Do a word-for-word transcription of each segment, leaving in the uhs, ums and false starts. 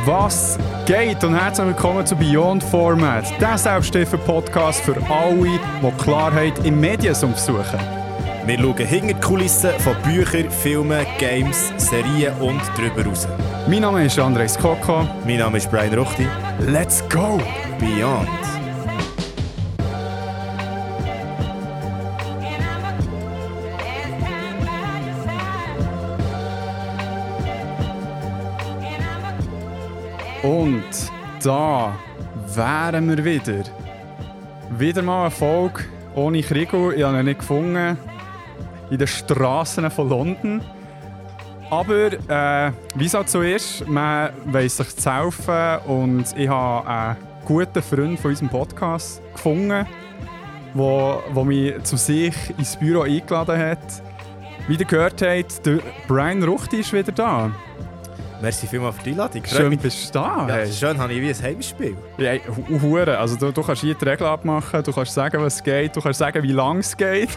Was geht? Und herzlich willkommen zu Beyond Format, der Selbsthilfe-Podcast für alle, die Klarheit im Mediensumpf suchen. Wir schauen hinter die Kulissen von Büchern, Filmen, Games, Serien und drüber raus. Mein Name ist Andres Koko. Mein Name ist Brian Ruchti. Let's go! Beyond. Und da wären wir wieder. Wieder mal eine Folge ohne Krigo. Ich habe ihn nicht gefunden. In den Straßen von London. Aber äh, wie es halt so ist, man weiss sich zu helfen. Und ich habe einen guten Freund von unserem Podcast gefunden, der, der mich zu sich ins Büro eingeladen hat. Wie ihr gehört habt, der Brian Ruchti ist wieder da. Merci vielmals für die Einladung. Schön, bist du da. Ja, Hey. schön, habe ich wie ein Heimspiel. Ja, hu- hure. Also du, du kannst hier die Regeln abmachen, du kannst sagen, was geht, du kannst sagen, wie lang es geht.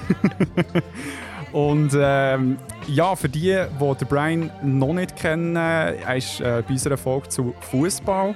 Und ähm, ja, für die, die den Brian noch nicht kennen, er war äh, bei unserer Folge zu Fußball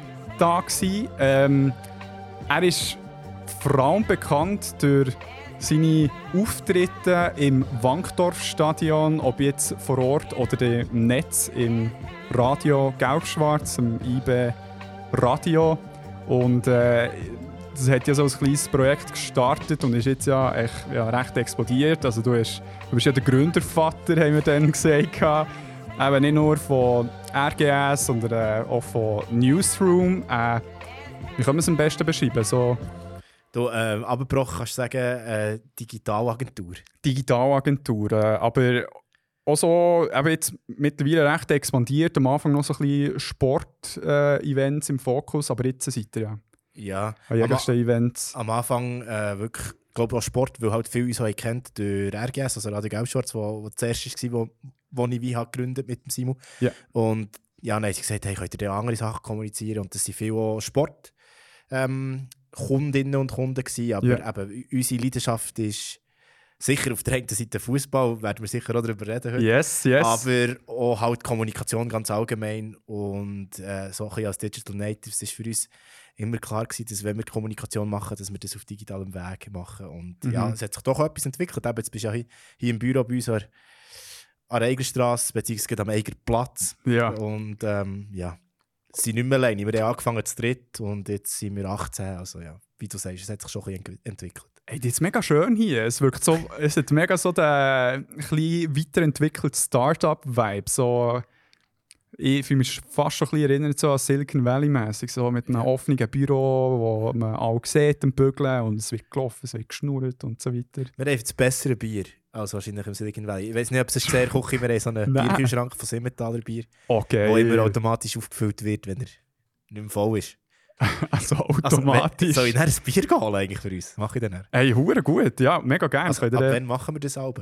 da gewesen. Ähm, er ist vor allem bekannt durch seine Auftritte im Wankdorf-Stadion, ob jetzt vor Ort oder im Netz, im Radio Gelb-Schwarz, im I B Radio. Und äh, das hat ja so ein kleines Projekt gestartet und ist jetzt ja, echt, ja recht explodiert. Also du, hast, du bist ja der Gründervater, haben wir dann gesagt. Eben nicht nur von R G S, sondern äh, auch von Newsroom. Äh, wie kann man es am besten beschreiben? So Du, äh, abgebrochen kannst du sagen, äh, Digitalagentur. Digitalagentur, äh, aber auch so eben jetzt mittlerweile recht expandiert. Am Anfang noch so ein bisschen Sport-Events äh, im Fokus, aber jetzt seid ihr ja Ja. an jeglichen Events. Am Anfang äh, wirklich, ich glaube auch Sport, weil halt viele uns auch kennt durch R G S, also Radio Gelb-Schwarz, wo, wo zuerst war, wo, wo ich wie halt gegründet mit dem Simon. Ja. Und ja, dann haben sie gesagt, hey, könnt ihr andere Sachen kommunizieren und das sind viele auch Sport. Ähm, Kundinnen und Kunden gewesen, aber Ja. eben, unsere Leidenschaft ist sicher auf der einen Seite Fußball, werden wir sicher auch darüber reden heute. Yes, yes. Aber auch halt Kommunikation ganz allgemein und äh, so ein bisschen als Digital Natives ist für uns immer klar gewesen, dass wenn wir Kommunikation machen, dass wir das auf digitalem Weg machen. Und Mhm. ja, es hat sich doch etwas entwickelt. Eben, jetzt bist du ja hier, hier im Büro bei uns an der Eigenstrasse, beziehungsweise am eigenen Platz. Ja. Und ähm, ja, sie sind nicht mehr alleine. Wir haben angefangen zu dritt und jetzt sind wir achtzehn. Also ja, wie du sagst, es hat sich schon ein bisschen entwickelt. Hey, das ist mega schön hier. Es wirkt so, es hat mega so den ein bisschen weiterentwickelten Start-up-Vibe. So, ich fühle mich fast schon ein bisschen erinnert so an Silicon Valley-mäßig, so mit einem offenen Büro, wo man alle sieht und bügeln und es wird gelaufen, es wird geschnurrt und so weiter. Wir haben das bessere Bier als wahrscheinlich im Silicon Valley. Ich weiß nicht, ob es ist sehr Küche, wir haben so einen Nein. Bierkühlschrank von Simmentaler Bier, Okay. der immer automatisch aufgefüllt wird, wenn er nicht mehr voll ist. Also Also, automatisch. wenn- soll ich dann ein Bier holen eigentlich für uns? Mach ich dann? Hey, hure gut, ja, mega gerne. Also, Könnt ab ihr wann machen wir das Alben?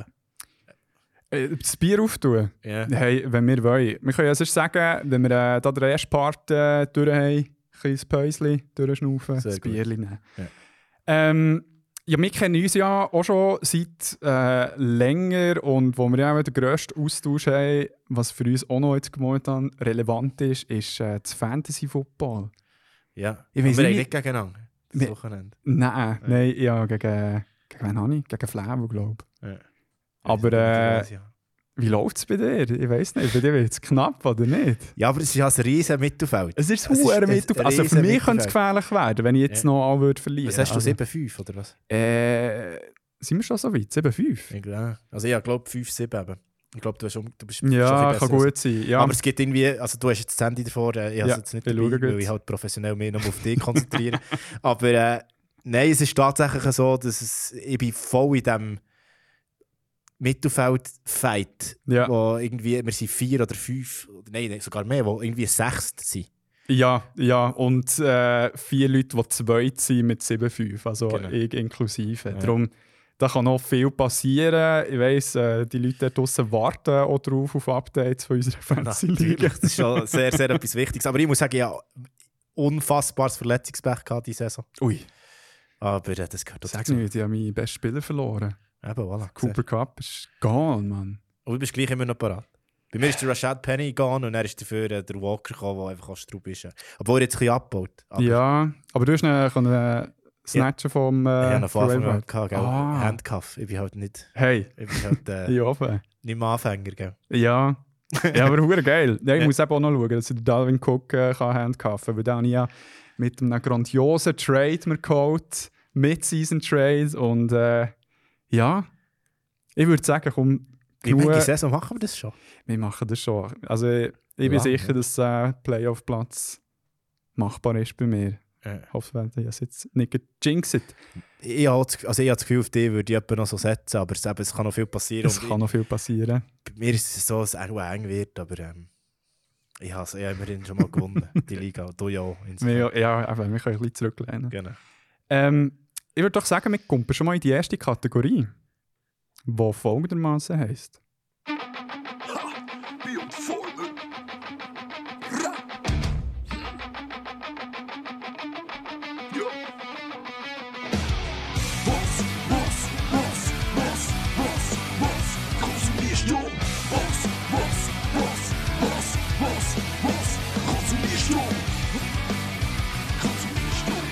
äh, das Bier auftun? Ja. Hey, wenn wir wollen. Wir können ja sonst sagen, wenn wir äh, da den ersten Part äh, durch haben, ein kleines Päuschen durchschnaufen, Sehr das gut. Bierchen nehmen. Ja. Ähm, ja, wir kennen uns ja auch schon seit äh, länger und wo wir ja auch den grössten Austausch haben, was für uns auch noch jetzt momentan relevant ist, ist äh, das Fantasy-Football. Ja. Ich Und weiss wir haben nicht- nicht gegeneinander. Das Wir- Wochenende. Nein, nein, ja, gegen, gegen wen habe ich? Gegen Flevo, glaube ich. Ja. Aber, äh, Wie läuft es bei dir? Ich weiss nicht, bei dir wird es knapp, oder nicht? Ja, aber es ist ja ein riesen Mittelfeld. Es ist Es ist ein ein Mittelfeld. Also für riesen mich könnte es Mittelfeld. gefährlich werden, wenn ich jetzt Ja. noch alle würde verlieren. Was hast du, also, sieben fünf oder was? Äh, sind wir schon so weit? sieben fünf? Ich glaube, also ich glaube fünf sieben eben. Ich glaube, du, hast schon- du bist Ja, schon ein kann bisschen besser. gut sein. Ja. Aber es gibt irgendwie, also du hast jetzt das Handy davor, äh, ich habe Ja, es jetzt nicht ich dabei, schaue weil gut. ich halt professionell mehr noch auf dich konzentriere. Aber äh, nein, es ist tatsächlich so, dass es, ich bin voll in diesem Mittelfeld-Fight, Ja. wo irgendwie, wir sind vier oder fünf, oder nein, nein, sogar mehr, wo irgendwie sechst sind. ja, ja, und äh, vier Leute, die zweit sind mit sieben fünf, also Genau. ich inklusive. Ja. Darum, da kann noch viel passieren. Ich weiss, äh, die Leute da draussen warten auch drauf auf Updates von unserer Fantasy-Liga. Natürlich, das ist schon sehr, sehr etwas Wichtiges. Aber ich muss sagen, ja, unfassbares Verletzungspech gehabt diese Saison. Ui, Aber äh, das gehört sag dazu. nicht, ich habe meinen besten Spieler verloren. Eben, voilà. Cooper Cup ist gone, Mann. Und du bist gleich immer noch parat. Bei mir ist der Rashad Penny gegangen und dann ist dafür äh, der Walker gekommen, der einfach Straub ist. Obwohl er jetzt ein bisschen abgebaut. Aber ja, aber du hast ihn können snatchen vom äh, ich habe noch von Anfang an Railroad. gehabt, gell? Ah. Handcuff. Ich bin halt nicht, Hey, ich bin halt, äh, ich hoffe. nicht mehr Anfänger. Gell? Ja. Ja, aber hure geil. Ja, ich Ja. muss eben auch noch schauen, dass ich den Dalvin Cook äh, kann handcuffen kann. Weil den habe ich ja mit einem grandiosen Trade mir geholt. Mid-Season-Trade. Und äh, ja, ich würde sagen, komm, Wie viele genug, Saison machen wir das schon? wir machen das schon. Also ich, ich bin Lang, sicher, ja. dass der äh, Playoff-Platz machbar ist bei mir. Ja. Ich hoffe, ich habe es jetzt nicht gejinxt. Ich habe das, also ich habe das Gefühl, auf dich würde ich jemanden noch so setzen, aber es, eben, es kann noch viel passieren. Es Und kann noch viel passieren. ich, bei mir ist es so, dass es auch eng wird, aber ähm, ich habe es ich habe immerhin schon mal gewonnen, die Liga. Du ja auch. Wir, ja, eben, wir können ein bisschen zurücklehnen. Genau. Ähm, ich würde doch sagen, wir kommen schon mal in die erste Kategorie, die folgendermaßen heisst. Wie und vorne. Ra. Ja. Was, was, was, was, was, was konsumierst du? Was, was, was, was, was, was konsumierst du? Konsumierst du?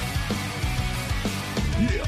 Yeah.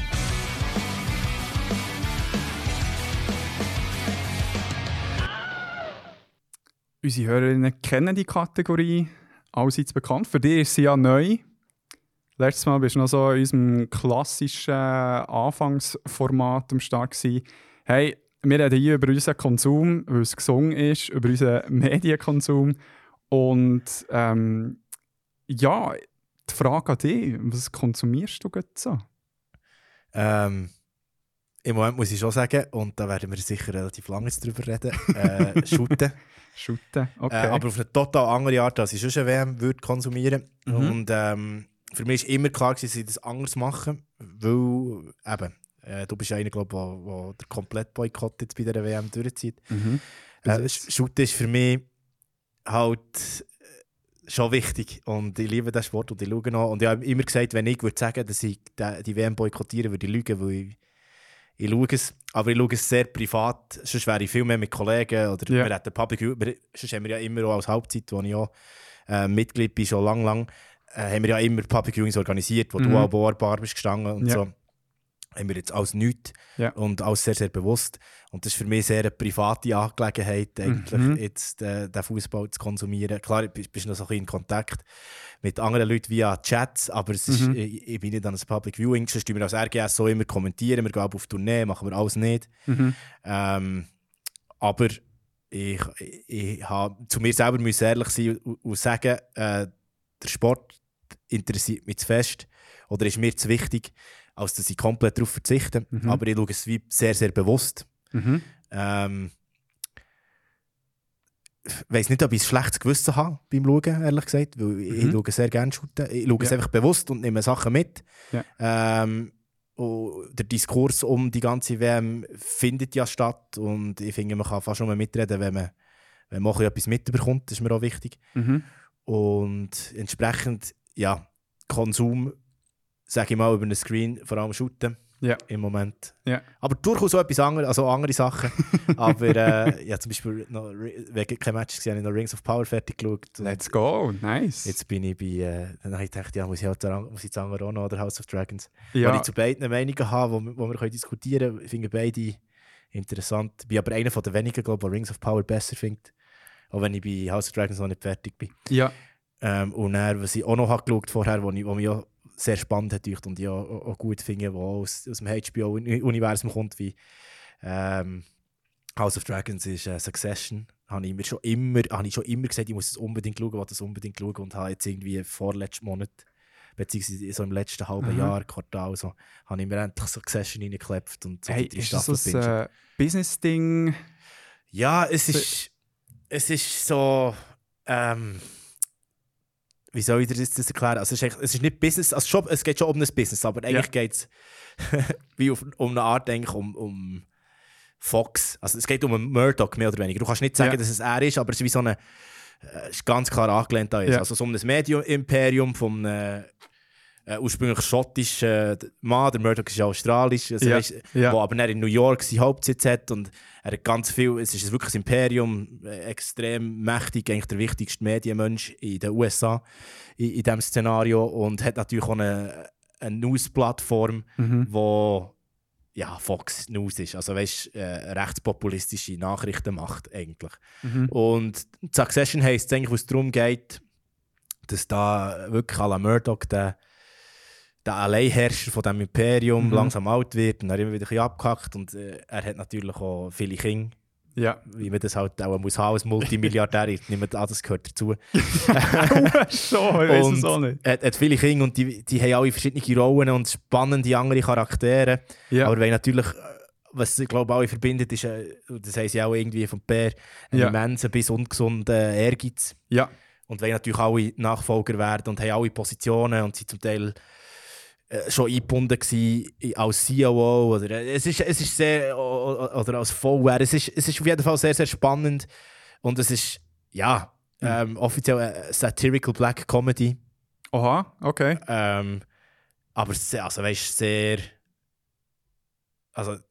Unsere Hörerinnen kennen die Kategorie, allseits bekannt. Für dich ist sie ja neu. Letztes Mal warst du noch so in unserem klassischen Anfangsformat am Start gewesen. Hey, wir reden hier über unseren Konsum, weil es gesungen ist, über unseren Medienkonsum. Und ähm, ja, die Frage an dich, was konsumierst du gerade so? Ähm, Im Moment muss ich schon sagen, und da werden wir sicher relativ lange jetzt drüber reden, äh, shooten. Shooten, okay. Äh, aber auf eine total andere Art, als ich schon eine W M würde konsumieren. Mhm. Und ähm, für mich war immer klar, dass ich das anders machen, weil eben, äh, du bist einer, glaube ich, der der komplett Boykott jetzt bei dieser W M durchzieht. Mhm. Äh, Sh- Shooten ist für mich halt äh, schon wichtig und ich liebe den Sport und ich schaue noch. Und ich habe immer gesagt, wenn ich würde sagen, dass ich die, die W M boykottiere, würde ich lügen, weil ich Ich schaue es, aber ich schaue es sehr privat. Sonst wäre ich viel mehr mit Kollegen. Oder Ja. wir hätten Public View. wir- Sonst haben wir ja immer auch als Halbzeit, wo ich auch äh, Mitglied bin, schon lang, lang, äh, haben wir ja immer Public Viewings organisiert, wo Mhm. du auch an Bar bist gestanden und Ja. so. Haben wir jetzt alles nichts Ja. und alles sehr, sehr bewusst. Und das ist für mich sehr eine private Angelegenheit, eigentlich Mhm. jetzt äh, den Fußball zu konsumieren. Klar, du bist, bist noch so ein bisschen in Kontakt mit anderen Leuten via Chats, aber es ist, Mhm. ich, ich bin nicht an einem Public Viewing. Sonst tun wir als R G S so immer kommentieren, wir gehen auf Tournee, machen wir alles nicht. Mhm. Ähm, aber ich, ich, ich habe zu mir selber müssen ehrlich sein und, und sagen, äh, der Sport interessiert mich zu fest oder ist mir zu wichtig, als dass ich komplett darauf verzichte. Mhm. Aber ich schaue es wie sehr, sehr bewusst. Mhm. Ähm, ich weiss nicht, ob ich ein schlechtes Gewissen habe beim Schauen, ehrlich gesagt, weil ich, ich Mhm. schaue sehr gerne shooten. Ich schaue es Ja. einfach bewusst und nehme Sachen mit. Ja. Ähm, und der Diskurs um die ganze W M findet ja statt und ich finde, man kann fast nur mitreden, wenn man, wenn man auch etwas mitbekommt. Das ist mir auch wichtig. Mhm. Und entsprechend, ja, Konsum, sage ich mal, über einen Screen, vor allem shooten Ja. im Moment. Ja. Aber durchaus auch etwas anderes, also andere Sachen. Aber äh, ja, zum Beispiel, noch, wegen kein Match gesehen, habe ich noch Rings of Power fertig geschaut. Und Let's go, nice. Jetzt bin ich bei, äh, dann habe ich gedacht, ja, muss ich halt der- muss ich jetzt andere auch noch, oder House of Dragons. ja. Weil ich zu beiden Meinungen habe, wo, wir- wo wir können diskutieren können. Ich finde beide interessant. Ich bin aber einer von den wenigen, glaube ich, der Rings of Power besser findet. Auch wenn ich bei House of Dragons noch nicht fertig bin. ja. Ähm, und dann, was ich auch noch habe geschaut vorher, wo, ich, wo mich auch sehr spannend hat gedacht und ich auch, auch gut finde, wo aus, aus dem H B O-Universum kommt, wie ähm, House of Dragons ist äh, Succession. Habe ich, mir schon immer, habe ich schon immer gesagt, ich muss es unbedingt schauen, wollte es unbedingt schauen und habe jetzt irgendwie vorletzten Monat, beziehungsweise so im letzten halben Aha. Jahr, Quartal, so, habe ich mir endlich Succession reingeklebt und so Hey, die drei ist das so Staffeln ein bingen. äh, Business-Ding? Ja, es ist, es ist so, ähm, wie soll ich dir das, das erklären? Also es, ist eigentlich, es ist nicht Business, also schon, es geht schon um ein Business, aber eigentlich Ja. geht es wie auf, um eine Art eigentlich um, um Fox. Also es geht um einen Murdoch mehr oder weniger. Du kannst nicht sagen, Ja. dass es er ist, aber es ist wie so eine, äh, ist ganz klar angelehnt an ist. Ja. Also so um ein Medium-Imperium von einem äh, ursprünglich schottischer äh, Mann, der Murdoch ist ja australisch, also, Ja, weißt, ja. wo aber dann in New York seinen Hauptsitz hat und er hat ganz viel, es ist wirklich ein Imperium, äh, extrem mächtig, eigentlich der wichtigste Medienmensch in den U S A in, in diesem Szenario und hat natürlich auch eine, eine News-Plattform, Mhm. wo ja, Fox News ist, also weißt, äh, rechtspopulistische Nachrichten macht eigentlich. Mhm. Und Succession heisst eigentlich, wo es darum geht, dass da wirklich à la Murdoch der, der Alleinherrscher von diesem Imperium Mhm. langsam alt wird und er immer wieder ein bisschen abgehackt und äh, er hat natürlich auch viele Kinder, Ja. wie man das halt auch muss haben als Multimilliardär, ich nehme an, das gehört dazu. Auch schon, ich weiß es auch Und nicht. er hat viele Kinder und die, die haben alle verschiedene Rollen und spannende andere Charaktere. Ja. Aber wenn natürlich, äh, was ich glaube alle verbindet, ist, äh, das haben sie auch irgendwie vom Bär, einen Ja. immensen bis ungesunden Ehrgeiz. Ja. Und wollen natürlich alle Nachfolger werden und haben alle Positionen und sind zum Teil äh, schon eingebunden gewesen als C O O oder äh, es ist, es ist sehr o- o- oder als V R. Es ist, es ist auf jeden Fall sehr, sehr spannend und es ist, ja, ähm, offiziell eine satirical Black Comedy. Aha, okay. Ähm, aber sehr, also weißt, sehr. Also, die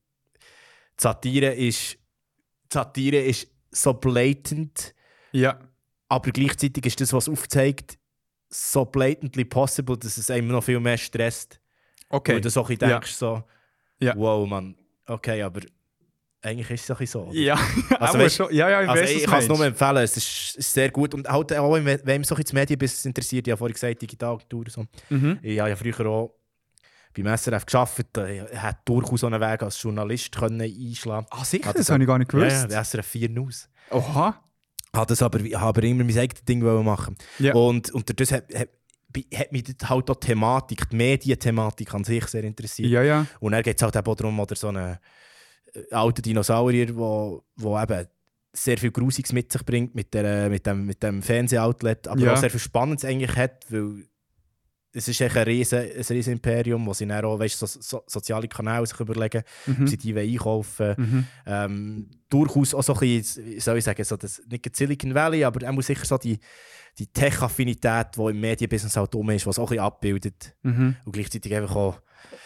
Satire ist. Die Satire ist so blatant, Ja. aber gleichzeitig ist das, was es aufzeigt, so blatantly possible, dass es einem noch viel mehr stresst. Okay. Weil du so ein bisschen Ja. denkst, so, Ja. wow, Mann, okay, aber eigentlich ist es so ein bisschen so. oder? Ja, Also, aber weißt- schon. Ja, ja, ich Also weiß, ich was kann es du nur meinst. empfehlen, es ist, ist sehr gut. Und halt auch, wenn wem so ein bisschen das Medienbusiness interessiert, ich habe vorhin gesagt, Digitalkultur und so. Mhm. Ich habe ja früher auch beim S R F gearbeitet, ich hätte durchaus so einen Weg als Journalist können einschlagen Ah, sicher? Hat Das das habe ich gar nicht können. Ja, gewusst. ja, der S R F vier News. Oha. Habe das aber, habe aber immer mein eigenes Ding wollen machen. Ja. Und, und durch das hat, hat, hat mich dort halt auch die Thematik, die Medienthematik an sich sehr interessiert. Ja, ja. Und dann geht es halt eben auch darum, oder so einen äh, alten Dinosaurier, wo, wo eben sehr viel Grusiges mit sich bringt, mit, der, mit dem, mit dem Fernsehoutlet, aber Ja. auch sehr viel Spannendes eigentlich hat, weil es ist echt ein riesen, ein riesen Imperium, wo sie dann auch, weißt, so, so, soziale Kanäle sich überlegen, ob Mhm. sie die wollen einkaufen. Mhm. Ähm, durchaus auch so ein bisschen, wie soll ich sagen, so das, nicht das Silicon Valley, aber er muss sicher so die, die Tech-Affinität, die im Medienbusiness halt um ist, was auch ein bisschen abbildet. Mhm. Und gleichzeitig einfach auch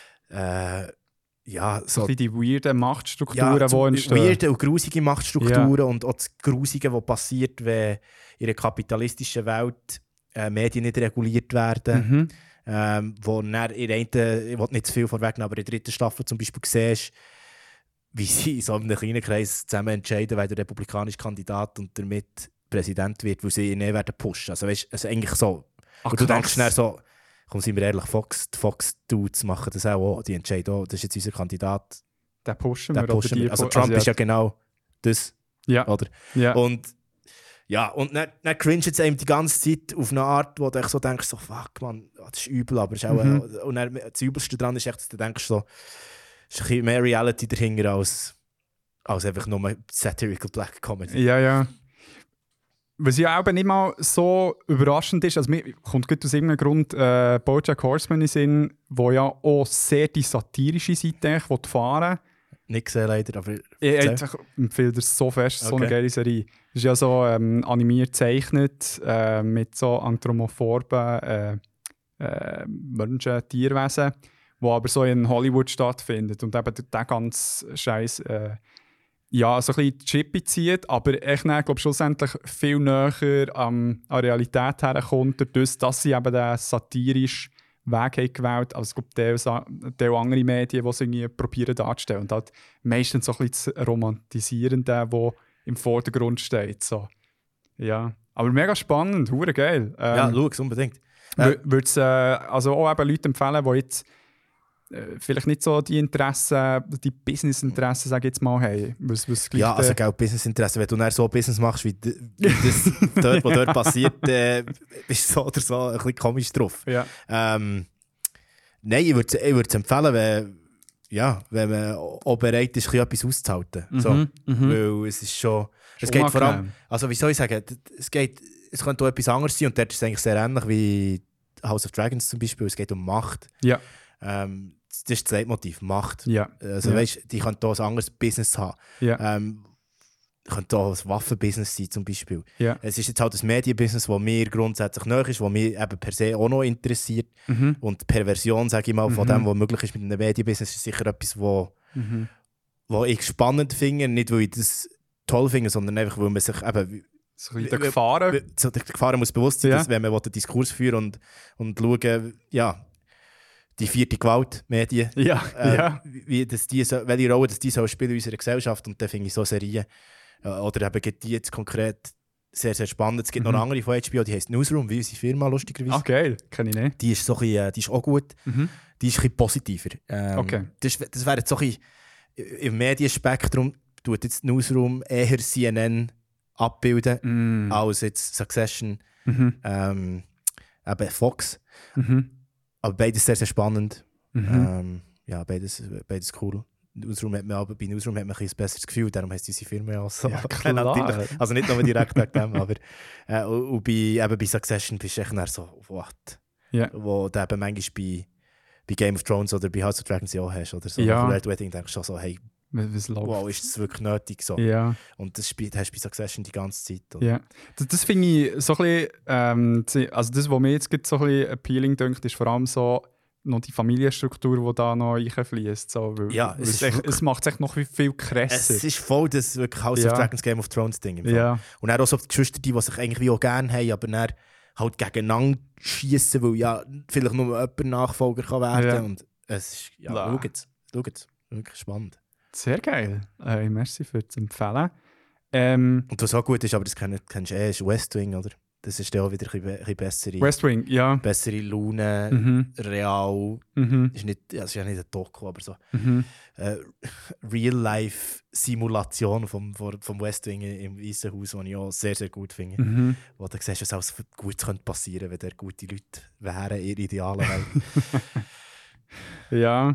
äh, ja, So so ein bisschen die weirden Machtstrukturen, die zum- entstehen. weirde und grusige Machtstrukturen und auch das Grusige, was passiert, wenn in einer kapitalistischen Welt äh, Medien nicht reguliert werden. Mhm. Ähm, wo dann in der einen, ich will nicht zu viel vorwegnehmen, aber in der dritten Staffel zum Beispiel siehst, wie sie in so einem kleinen Kreis zusammen entscheiden, wer der republikanische Kandidat und damit Präsident wird, weil sie ihn nicht werden pushen. Also, weißt, also eigentlich so. Ach, Und du krass. denkst dann so, komm, sind wir ehrlich, Fox, die Fox-Dudes machen das auch, auch. Die entscheiden auch, das ist jetzt unser Kandidat, Den pushen den wir. pushen oder die wir. Also pu- Trump ist ja ja. genau das, Ja, oder? ja. Und ja, und dann, dann cringe es einem die ganze Zeit auf eine Art, wo du echt so denkst, so, fuck man, das ist übel, aber es ist auch, Mhm. und dann, das Übelste daran ist echt, dass du denkst, so, es ist ein bisschen mehr Reality dahinter als, als einfach nur satirical Black Comedy. Ja, ja. Was ja auch nicht mal so überraschend ist, also mir kommt gut aus irgendeinem Grund äh, BoJack Horseman in den Sinn, wo ja auch sehr die satirische Seite eigentlich will fahren. Nicht gesehen leider, aber Ich erzähl. einfach empfehle das so fest, so eine Okay. geile Serie. Es ist ja so ähm, animiert gezeichnet, äh, mit so anthropomorphen äh, äh, Menschen, Tierwesen, wo aber so in Hollywood stattfindet und eben der ganze Scheiß äh, ja, so ein bisschen die Chippe zieht, aber echt dann, glaube schlussendlich viel näher ähm, an Realität herkommt, dadurch, dass sie eben den satirischen Weg haben gewählt haben. Also es gibt teils a- teils andere Medien, die es irgendwie probieren darzustellen. Und halt meistens so ein bisschen das Romantisierende, das im Vordergrund steht. So. Ja. Aber mega spannend, hure geil. Ähm, ja, schau es unbedingt. Wür- Würd's äh, also auch eben Leute empfehlen, die jetzt äh, vielleicht nicht so die Interessen, die Business-Interessen, sage ich jetzt mal, haben. Was, was gleich Ja, also der- gell, Businessinteresse, wenn du dann so Business machst, wie, d- wie das dort, was dort passiert, äh, bist du so oder so ein bisschen komisch drauf. ja. Ähm, nein, ich würde ich es empfehlen, wenn, ja, wenn man auch bereit ist, ein bisschen etwas auszuhalten. So. Mhm, mhm. Weil es ist schon... Es Schon geht vor allem... unangenehm. Also wie soll ich sagen? d- Es, geht, es könnte auch etwas anderes sein und dort ist es eigentlich sehr ähnlich wie House of Dragons zum Beispiel. Es geht um Macht. Ja, Ähm, das ist das Leitmotiv, Macht. ja. Also Ja. weißt, die können hier ein anderes Business haben. Ja. Ähm, könnte auch ein Waffenbusiness sein zum Beispiel. Ja. Es ist jetzt halt ein Medienbusiness, das mir grundsätzlich nahe ist, das mich eben per se auch noch interessiert. Mhm. Und die Perversion, sage ich mal, von Mhm. dem, was möglich ist mit einem Medienbusiness, ist sicher etwas, wo, Mhm. wo ich spannend finde. Nicht, weil ich das toll finde, sondern einfach, weil man sich eben... So ein bisschen die Gefahren. So, der Gefahren muss bewusst sein, Ja. dass wenn man den Diskurs führen und, und schauen, ja, die vierte Gewalt, Medien, Ja, äh, ja. wie, dass die so, welche Rolle dass die so spielen in unserer Gesellschaft. Und dann finde ich so Serien, äh, oder eben gibt die jetzt konkret sehr, sehr spannend. Es gibt Mhm. noch eine andere von H B O, die heisst Newsroom, wie unsere Firma, lustigerweise. Ah, geil. Kenn ich nicht. Die ist, so ein bisschen, äh, die ist auch gut, Mhm. die ist ein bisschen positiver. Ähm, Okay. Das, das wäre jetzt so ein bisschen, im Medienspektrum tut jetzt Newsroom eher C N N abbilden, Mm. als jetzt Succession, Mhm. ähm, eben Fox. Mhm. Aber beides sehr, sehr spannend. Mhm. Ähm, ja, beides, beides cool. Newsroom hat man, aber bei Newsroom hat man ein, ein besseres Gefühl, darum heisst unsere Firma ja auch so. Ja, klar. Natürlich. Also nicht nur direkt wegen dem, aber äh, und, und bei, eben bei Succession bist du echt dann so, what? Ja. Wo du eben manchmal bei, bei Game of Thrones oder bei House of Dragons ja auch hast. Oder so. Ja. Bei Red Wedding denkst du schon so, hey, Was was läuft? wow, ist das wirklich nötig? So. Ja. Und das spielt, hast du bei Succession die ganze Zeit. Oder? Ja, das, das finde ich so ein bisschen, ähm, zi- also das, was mir jetzt gerade so ein bisschen appealing dünkt, ist vor allem so noch die Familienstruktur, die da noch reinfließt. So, weil, Ja, weil es es, ist echt, wirklich- es macht es echt noch viel Es krasser. ist voll das wirklich House Ja. of Dragons Game of Thrones Ding. im Fall. Ja, Und dann auch so die Geschwister, die, die sich eigentlich wie auch gerne haben, aber dann halt gegeneinander schießen, weil ja vielleicht nur jemand Nachfolger kann werden Ja. kann. Und es ist, ja, Ja. schaut, schaut, wirklich spannend. sehr geil. Äh, merci für das Empfehlen. Ähm, Und was auch gut ist, aber das kennst, kennst du eh, ist West Wing, oder? Das ist dann auch wieder ein bisschen, ein bisschen bessere, West Wing, ja. bessere Laune, Mhm. real. Mhm. Ist nicht, ja, es ist ja nicht ein Doku, aber so Mhm. äh, Real-Life-Simulation vom, vom vom West Wing im Weißen Haus, die ich auch sehr, sehr gut finde. Mhm. Wo du siehst, was alles gut könnte passieren könnte, wenn da gute Leute wären in ihrer idealen Welt. Ja.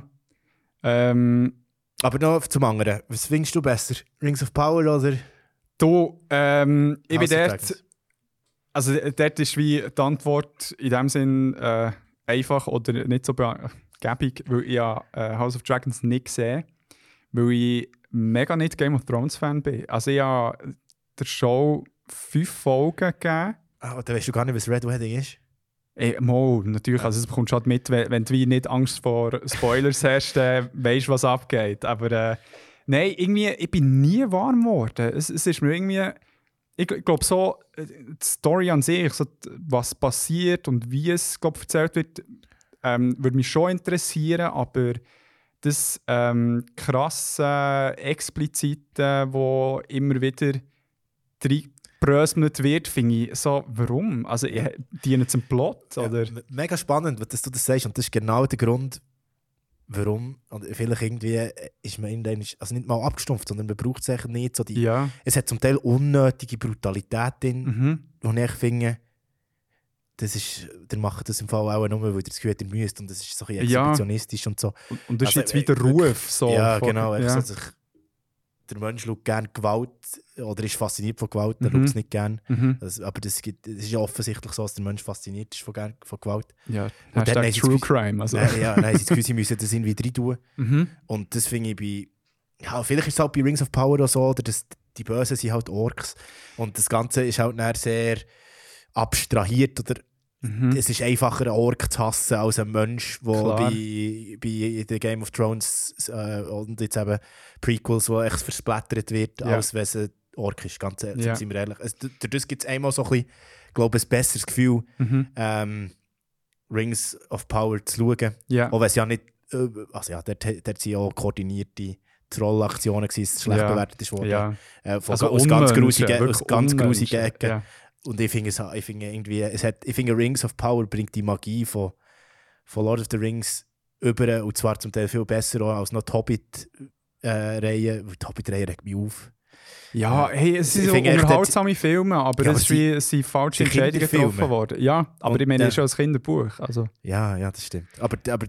Ähm, Aber noch zum anderen, was findest du besser? Rings of Power oder du, ähm, ich bin House of dort. Dragons? Also äh, dort ist wie die Antwort in dem Sinn äh, einfach oder nicht so begebig, weil ich ja, äh, House of Dragons nicht gesehen, weil ich mega nicht Game of Thrones Fan bin. Also ich habe der Show fünf Folgen gegeben. Ah, da weißt du gar nicht, was Red Wedding ist? Ey, mal, natürlich, also das bekommst du halt mit, wenn, wenn du wie nicht Angst vor Spoilers hast, dann weisst du, was abgeht. Aber äh, nein, irgendwie, ich bin nie warm geworden. Es, es ist mir irgendwie, ich, ich glaube so, äh, die Story an sich, so, was passiert und wie es glaub, erzählt wird, ähm, würde mich schon interessieren, aber das ähm, krasse, explizite, wo immer wieder reingebröselt wird, finde ich so, warum? Also, ich diene zum Plot, oder? Ja, me- mega spannend, dass du das sagst. Und das ist genau der Grund, warum. Und vielleicht irgendwie äh, ist man irgendwann, also nicht mal abgestumpft, sondern man braucht es eigentlich nicht. So die, Ja. Es hat zum Teil unnötige Brutalität drin, Mhm. und ich finde, das ist, der macht das im Fall auch nur, weil er das Gefühl hat, er müsst. Und das ist so ein bisschen Ja. exhibitionistisch und so. Und, und das Also, ist jetzt wieder äh, wirklich- Ruf. So, ja, von- genau. Ja. Ja. So, sich, der Mensch schaut gerne Gewalt oder ist fasziniert von Gewalt, der Mhm. schaut es nicht gerne. Mhm. Das, aber das gibt, es ist ja offensichtlich so, dass der Mensch fasziniert ist von, gern- von Gewalt. Ja, Und dann Hashtag haben sie True das Gefühl- Crime. Also. Nein, ja, nein, sie das Gefühl, sie müssen das irgendwie rein tun. Mhm. Und das finde ich bei... Ja, vielleicht ist es halt bei Rings of Power auch so, oder dass die Bösen sind halt Orks. Und das Ganze ist halt dann sehr abstrahiert. Oder Mhm. es ist einfacher, einen Ork zu hassen als ein Mensch, der Klar. bei, bei den Game of Thrones äh, und jetzt eben Prequels, wo echt versplättert wird, Ja. als wenn es ein Ork ist. Ganz ehrlich, Ja. sind wir ehrlich. Es, durch das gibt es einmal so ein bisschen, glaube ich, ein besseres Gefühl, Mhm. ähm, Rings of Power zu schauen. Ja. Auch wenn es ja nicht, äh, also ja, dort, dort sind ja auch koordinierte Trollaktionen gewesen, das schlecht Ja. bewertet ist worden. Ja. Äh, von, Also aus ganz Unmenschen, grusigen, aus wirklich ganz grusigen Unmenschen. Ecken. Ja. Und ich finde, es, ich finde irgendwie, es hat, ich finde Rings of Power bringt die Magie von, von Lord of the Rings über, und zwar zum Teil viel besser auch als noch die Hobbit-Reihe. Die Hobbit-Reihe regt mich auf. Ja, hey, es Ich sind so finde echt, unterhaltsame Filme, aber Ja, es aber ist wie, es sind falsche die Entscheidungen Kinderfilme. getroffen worden. Ja, aber Und, ich meine, ja. es ist ja ein Kinderbuch. Also. Ja, ja, das stimmt. Aber, aber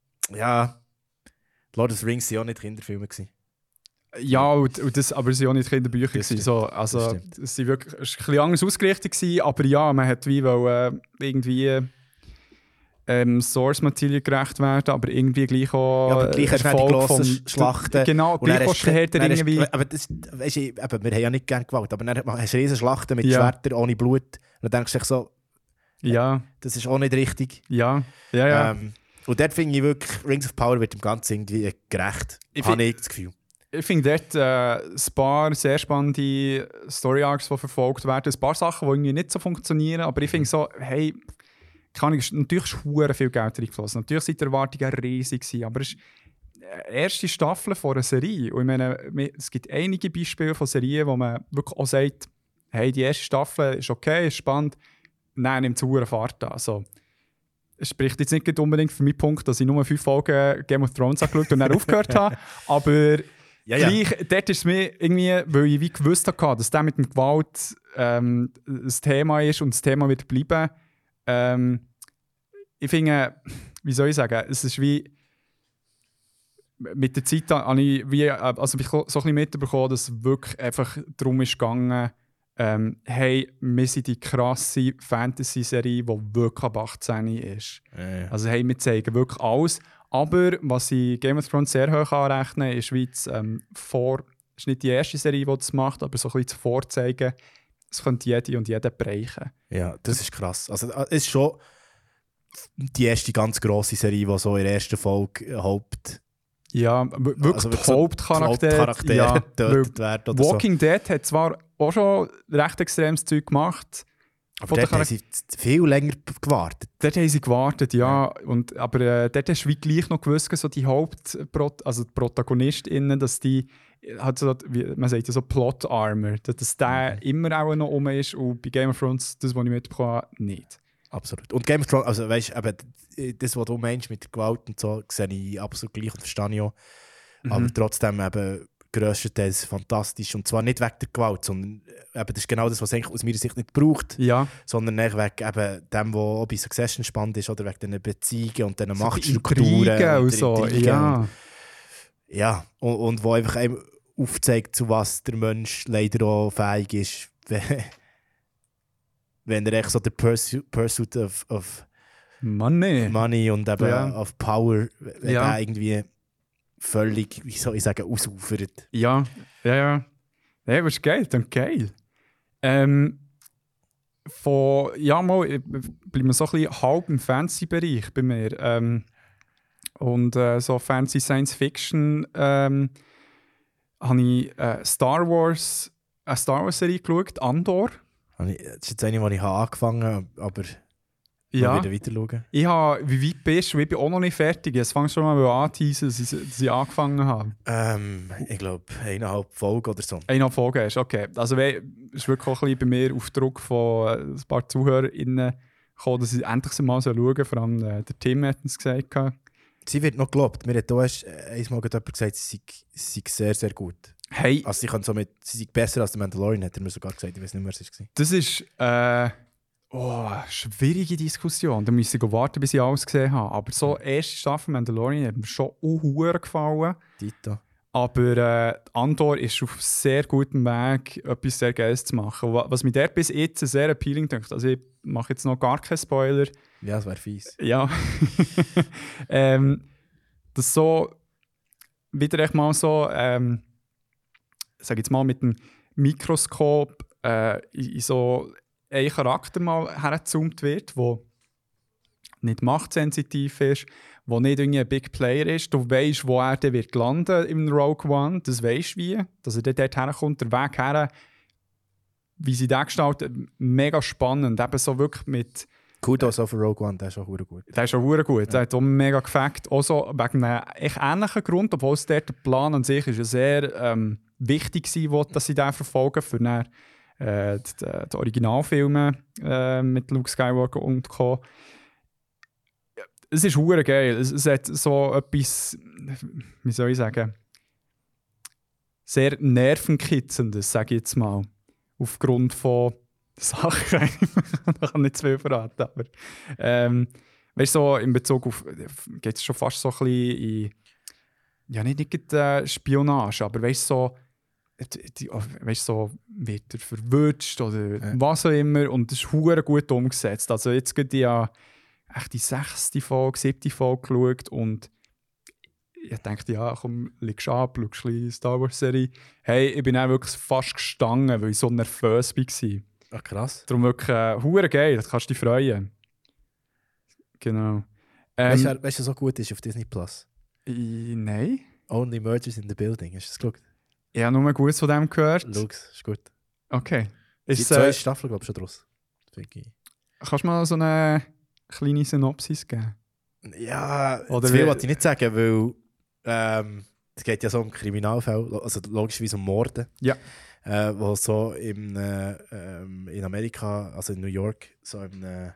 ja, Lord of the Rings waren auch nicht Kinderfilme gewesen. Ja, und, und das, aber es waren auch nicht Kinderbücher. Das gewesen. stimmt. So, also, Das es stimmt. sind wirklich, es war ein bisschen anders ausgerichtet, gewesen, aber ja, man hat wie wollen, äh, irgendwie ähm, Source-Material gerecht werden, aber irgendwie gleich auch Ja, aber gleich hast du nicht die grossen vom- Schlachten. Genau, Und dann gleich hast auch du- härter dann hast- irgendwie... Aber das, weisst du, eben, wir haben ja nicht gerne Gewalt, aber dann hast du riesen Schlachten mit Ja. Schwertern ohne Blut. Und dann denkst du dich so, Ja, das ist auch nicht richtig. ja, ja, ja. Ähm, und dort finde ich wirklich, Rings of Power wird dem Ganzen irgendwie gerecht. Ich Habe find- ich das Gefühl. Ich finde dort äh, ein paar sehr spannende Story-Arcs, die verfolgt werden. Ein paar Sachen, die irgendwie nicht so funktionieren. Aber ich finde so, hey, kann ich, natürlich ist verdammt viel Geld reingeflossen. Natürlich sind die Erwartungen riesig gewesen, aber es ist die erste Staffel von einer Serie. Und ich meine, es gibt einige Beispiele von Serien, wo man wirklich auch sagt, hey, die erste Staffel ist okay, ist spannend. Nein, nimmt zu hohe Fahrt an. Also, es spricht jetzt nicht unbedingt für meinen Punkt, dass ich nur fünf Folgen Game of Thrones angeschaut und dann aufgehört habe. Aber Ja, ja. gleich, dort ist es mir irgendwie, weil ich wie gewusst habe, dass der mit dem Gewalt ähm, ein Thema ist und das Thema wird bleiben. Ähm, ich finde, wie soll ich sagen, es ist wie mit der Zeit habe ich wie, also ich so ein bisschen mitbekommen, dass es wirklich einfach darum ist gegangen, ähm, hey, wir sind die krasse Fantasy-Serie, die wirklich ab achtzehn ist. Ja, ja. Also hey, wir zeigen wirklich alles. Aber was ich Game of Thrones sehr hoch anrechne, ist wie das, ähm, vor, ist nicht die erste Serie, die das macht, aber so ein bisschen das Vorzeigen, es könnte jede und jeder bereichen. Ja, das ist krass. Also, es ist schon die erste ganz grosse Serie, die so in der ersten Folge äh, Haupt... Ja, w- wirklich Also die wirklich so die Hauptcharaktere. Hauptcharaktere ja, getötet weil werden oder so. Walking Dead hat zwar auch schon recht extremes Zeug gemacht, Aber von der dort haben sie viel länger gewartet. dort haben sie gewartet, ja. Und, aber äh, dort hast du wie gleich noch gewusst, so die Hauptprot also die ProtagonistInnen, dass die, hat so, wie man sagt ja so Plot-Armor, dass der Mhm. immer auch noch um ist und bei Game of Thrones, das, was ich mitbekommen habe, nicht. Absolut. Und Game of Thrones, also weißt du, das, was du meinst mit der Gewalt und so, sehe ich absolut gleich und verstehe ich auch. Mhm. Aber trotzdem eben grösstenteils fantastisch. Und zwar nicht wegen der Gewalt, sondern eben, das ist genau das, was es eigentlich aus meiner Sicht nicht braucht, Ja, sondern eher wegen eben dem, was auch bei Succession spannend ist, oder wegen diesen Beziehungen und diesen so die Machtstrukturen. Intrigen und der so, Intrigen. ja. Ja, und, und wo einfach einem aufzeigt, zu was der Mensch leider auch fähig ist, wenn, wenn er echt so der Pursuit, Pursuit of, of Money. Money und eben Ja. of Power, wenn Ja. der irgendwie völlig, wie soll ich sagen, ausufert. Ja, ja, ja. Ja, aber ist geil, dann geil. Ähm, von, ja, mal, ich- bleiben wir so ein bisschen halb im Fantasy-Bereich bei mir. Ähm, und äh, so Fantasy Science Fiction ähm, habe ich äh, Star Wars, eine Star Wars-Serie geschaut, Andor. Das ist jetzt eine, die ich habe angefangen habe, aber Ja. mal wieder weiter schauen. Ich habe, wie weit bist du? Ich bin auch noch nicht fertig. Jetzt fangst du schon mal anzuteasen, dass ich, dass ich angefangen habe. Ähm, ich glaube, eineinhalb Folgen oder so. Eine Folge hast, okay. Also es ist wirklich auch ein bisschen bei mir auf Druck von äh, ein paar ZuhörerInnen gekommen, dass ich endlich mal schauen soll. Vor allem äh, der Tim hat es gesagt. Sie wird noch gelobt. Mir hat auch erst einmal jemand gesagt, sie sei, sie sei sehr, sehr gut. Hey, Also sie, kann so mit, sie sei besser als der Mandalorian, hat er mir sogar gesagt. Ich weiß nicht mehr, was es war. das ist äh, oh, eine schwierige Diskussion. Da müsste ich warten, bis ich alles gesehen habe. Aber so erste Staffel Mandalorian hat mir schon unhuere gefallen. Dito. Aber äh, Andor ist auf sehr gutem Weg, etwas sehr Geiles zu machen. Wa- Was mir dort bis jetzt sehr appealing denkt. Also ich mache jetzt noch gar keinen Spoiler. Ja, das wäre fies. Ja. ähm, das so wieder echt mal so, ähm, sag jetzt mal mit dem Mikroskop äh, in, in so einen Charakter mal hergezoomt wird, der nicht machtsensitiv ist, der nicht irgendwie ein Big Player ist. Du weißt, wo er dann wird landen im Rogue One. Das weißt du wie. Dass er dann dort herkommt, der Weg her, wie sie den gestalten, mega spannend. Eben so wirklich mit. Kudos auf Rogue One, der ist auch verdammt gut. Der ist auch verdammt gut. Der hat auch mega gefällt. Auch so wegen einem echt ähnlichen Grund, obwohl es dort der Plan an sich ist ja sehr ähm, wichtig war, dass sie den verfolgen, für dann, äh, die, die Originalfilme äh, mit Luke Skywalker und Co. Es ist verdammt geil. Es, es hat so etwas, wie soll ich sagen, sehr nervenkitzendes, sage ich jetzt mal. Aufgrund von Sachen, ich kann nicht zu viel verraten, aber ähm, weißt du, so in Bezug auf, geht es schon fast so ein bisschen in, ja nicht, nicht äh, Spionage, aber weißt du, so, die, die, weißt, so wird er verwünscht oder Ja. was auch immer und das ist verdammt gut umgesetzt. Also jetzt geht ja, echt die sechste Folge, siebte Folge geschaut und ich dachte, ja, komm, liegst ab, schaust ein bisschen Star Wars-Serie. Hey, ich bin dann wirklich fast gestanden, weil ich so nervös war. Ach, krass. Darum wirklich äh, hure geil, das kannst du dich freuen. Genau. Ähm, Weißt du, weißt du, was so gut ist auf Disney Plus? I, nein. Only Murders in the Building. Hast du das geschaut? Ich habe nur gut von dem gehört. Schau's, ist gut. Okay. Die Ist, zwei äh, Staffeln, glaube ich, schon draus. Finde ich. kannst du mal so eine kleine Synopsis geben? Ja, Oder zu viel wie- wollte ich nicht sagen, weil ähm, es geht ja so um Kriminalfälle, also logischerweise um Morden. Ja. Äh, wo so im, äh, ähm, in Amerika, also in New York, so im äh,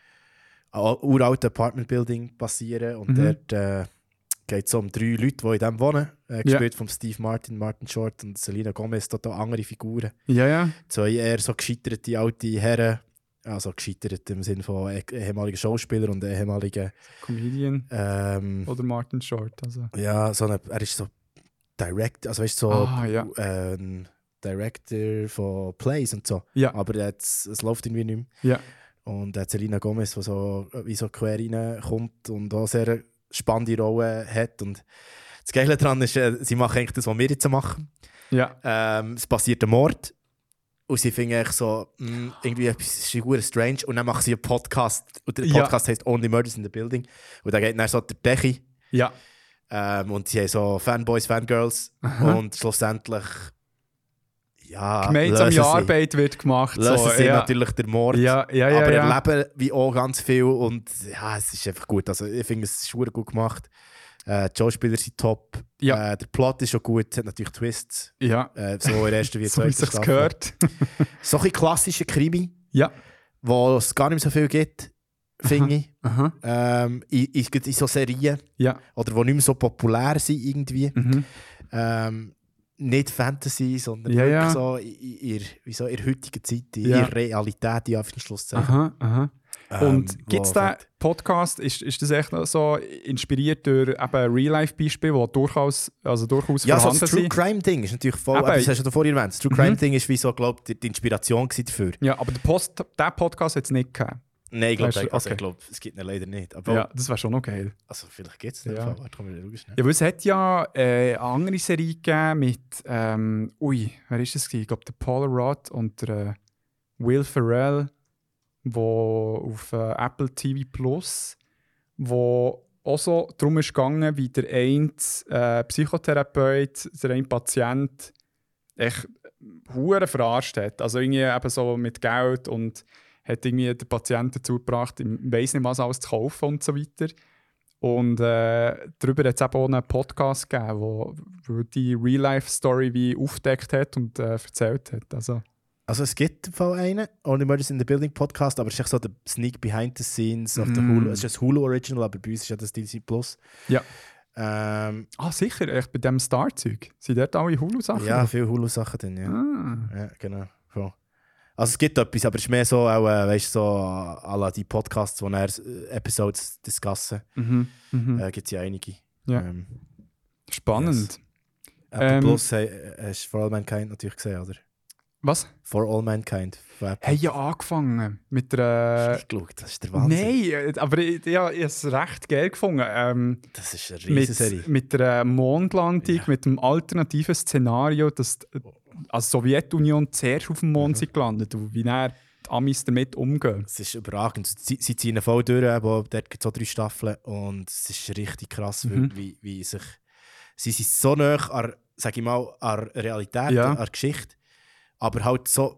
uralten Apartment-Building passieren. Und Mhm. dort äh, geht es so um drei Leute, die in dem wohnen. Äh, gespielt von Steve Martin, Martin Short und Selena Gomez, total andere Figuren. Ja, ja. Zwei eher so gescheiterte alte Herren, also gescheitert im Sinne von eh- ehemaligen Schauspieler und ehemaligen Comedian ähm, oder Martin Short. Also. ja, so eine, er ist so Direct, also weißt du, so Ah, ja. ähm, Director von Plays und so. Ja. Aber jetzt, es läuft irgendwie nicht mehr. Ja. Und äh, Selena Gomez, die so, wie so quer reinkommt und auch sehr eine spannende Rolle hat. Und das Geile daran ist, äh, sie machen eigentlich das, was wir jetzt machen. Ja. Ähm, es passiert ein Mord. Und sie finden echt so, mh, irgendwie etwas ist irgendwie strange. Und dann machen sie einen Podcast. Und der Ja. Podcast heisst Only Murders in the Building. Und da geht dann so der Decke. Ja. Ähm, und sie haben so Fanboys, Fangirls. Aha. Und schlussendlich, ja, Gemeinsame lösen sie, Arbeit wird gemacht. lösen so. sie ja. natürlich den Mord. Ja, ja, ja. aber ja. erleben wie auch ganz viel. Und ja, es ist einfach gut. Also ich finde, es ist verdammt gut gemacht. Äh, die Schauspieler sind top. Ja. Äh, der Plot ist schon gut. Es hat natürlich Twists. Ja. Äh, so in der ersten wie So wie zweiten es sich Staffel. gehört. So ein bisschen klassischer Krimi, Ja. wo es gar nicht mehr so viel gibt, finde ich. Aha. Ähm, in, in, in so Serien. Ja. Oder die nicht mehr so populär sind irgendwie. Mhm. Ähm, nicht Fantasy, sondern Ja, wirklich ja. so in, in, in, wie so in der heutigen Zeit, in Ja. ihrer Realität, die Anführungszeichen. Aha. Aha. Ähm, Und gibt es wo den halt- Podcast, ist, ist das echt so inspiriert durch eben Real-Life-Beispiele, die durchaus, also durchaus Ja, so vorhanden das True sind? Crime-Ding ist natürlich voll, Eben. aber das hast du ja vorhin erwähnt. Das True Mhm. Crime-Ding ist wie so, glaube ich, die, die Inspiration gewesen dafür. Ja, aber der, Post, der Podcast hat es nicht gegeben. Nein, ich glaube, Weißt du, also, okay. ich glaub, es gibt ihn leider nicht. Aber Ja, das wäre schon noch geil. also, vielleicht gibt es nicht. Ja. Ja. Warte, komm, wir schauen schnell. Ja, weil es hat ja äh, eine andere Serie gegeben mit, ähm, ui, wer ist das gewesen? Ich glaube, der Paul Rudd und der äh, Will Ferrell, wo auf äh, Apple T V Plus, wo auch so darum ist gegangen, wie der eine äh, Psychotherapeut, der eine Patient echt hure verarscht hat. Also irgendwie eben so mit Geld und hat irgendwie den Patienten dazu gebracht, ich weiss nicht, was alles zu kaufen und so weiter. Und äh, darüber hat es eben auch einen Podcast gegeben, wo, wo die Real-Life-Story wie aufgedeckt hat und äh, erzählt hat. Also, Also es gibt im Fall einen, Only Murders in the Building Podcast, aber es ist echt so der Sneak Behind the Scenes auf der Mm. Hulu. Es ist ein Hulu Original, aber bei uns ist ja das D C Plus. Ja. Ähm, ah, sicher, echt bei dem Star-Zeug. Sind dort alle Hulu-Sachen? ja, viele Hulu-Sachen drin, ja. Ah. Ja, genau. Voll. Also es gibt etwas, aber es ist mehr so, auch, äh, weißt, so à la die Podcasts, wo er äh, Episodes discussen. Mhm. Mhm. Äh, gibt es ja einige. Ja. Ähm, Spannend. Apple Ähm, Plus äh, hast du For All Mankind natürlich gesehen, oder? Was? For All Mankind von Apple. Hey, ja angefangen mit der... Ich geschaut, das ist der Wahnsinn. Nein, äh, aber ich, ja, ich habe es recht geil gefunden. Ähm, Das ist eine riesige Serie. mit, mit der Mondlandung, Ja. mit dem alternativen Szenario, dass die also die Sowjetunion zuerst auf dem Mond Mhm. sind gelandet und wie dann die Amis damit umgehen. Es ist überragend. Sie, sie ziehen voll durch, aber dort gibt es auch drei Staffeln und es ist richtig krass, Mhm. wie, wie sich... Sie sind so nah an, sag ich mal, an der Realität, Ja. an der Geschichte, aber halt so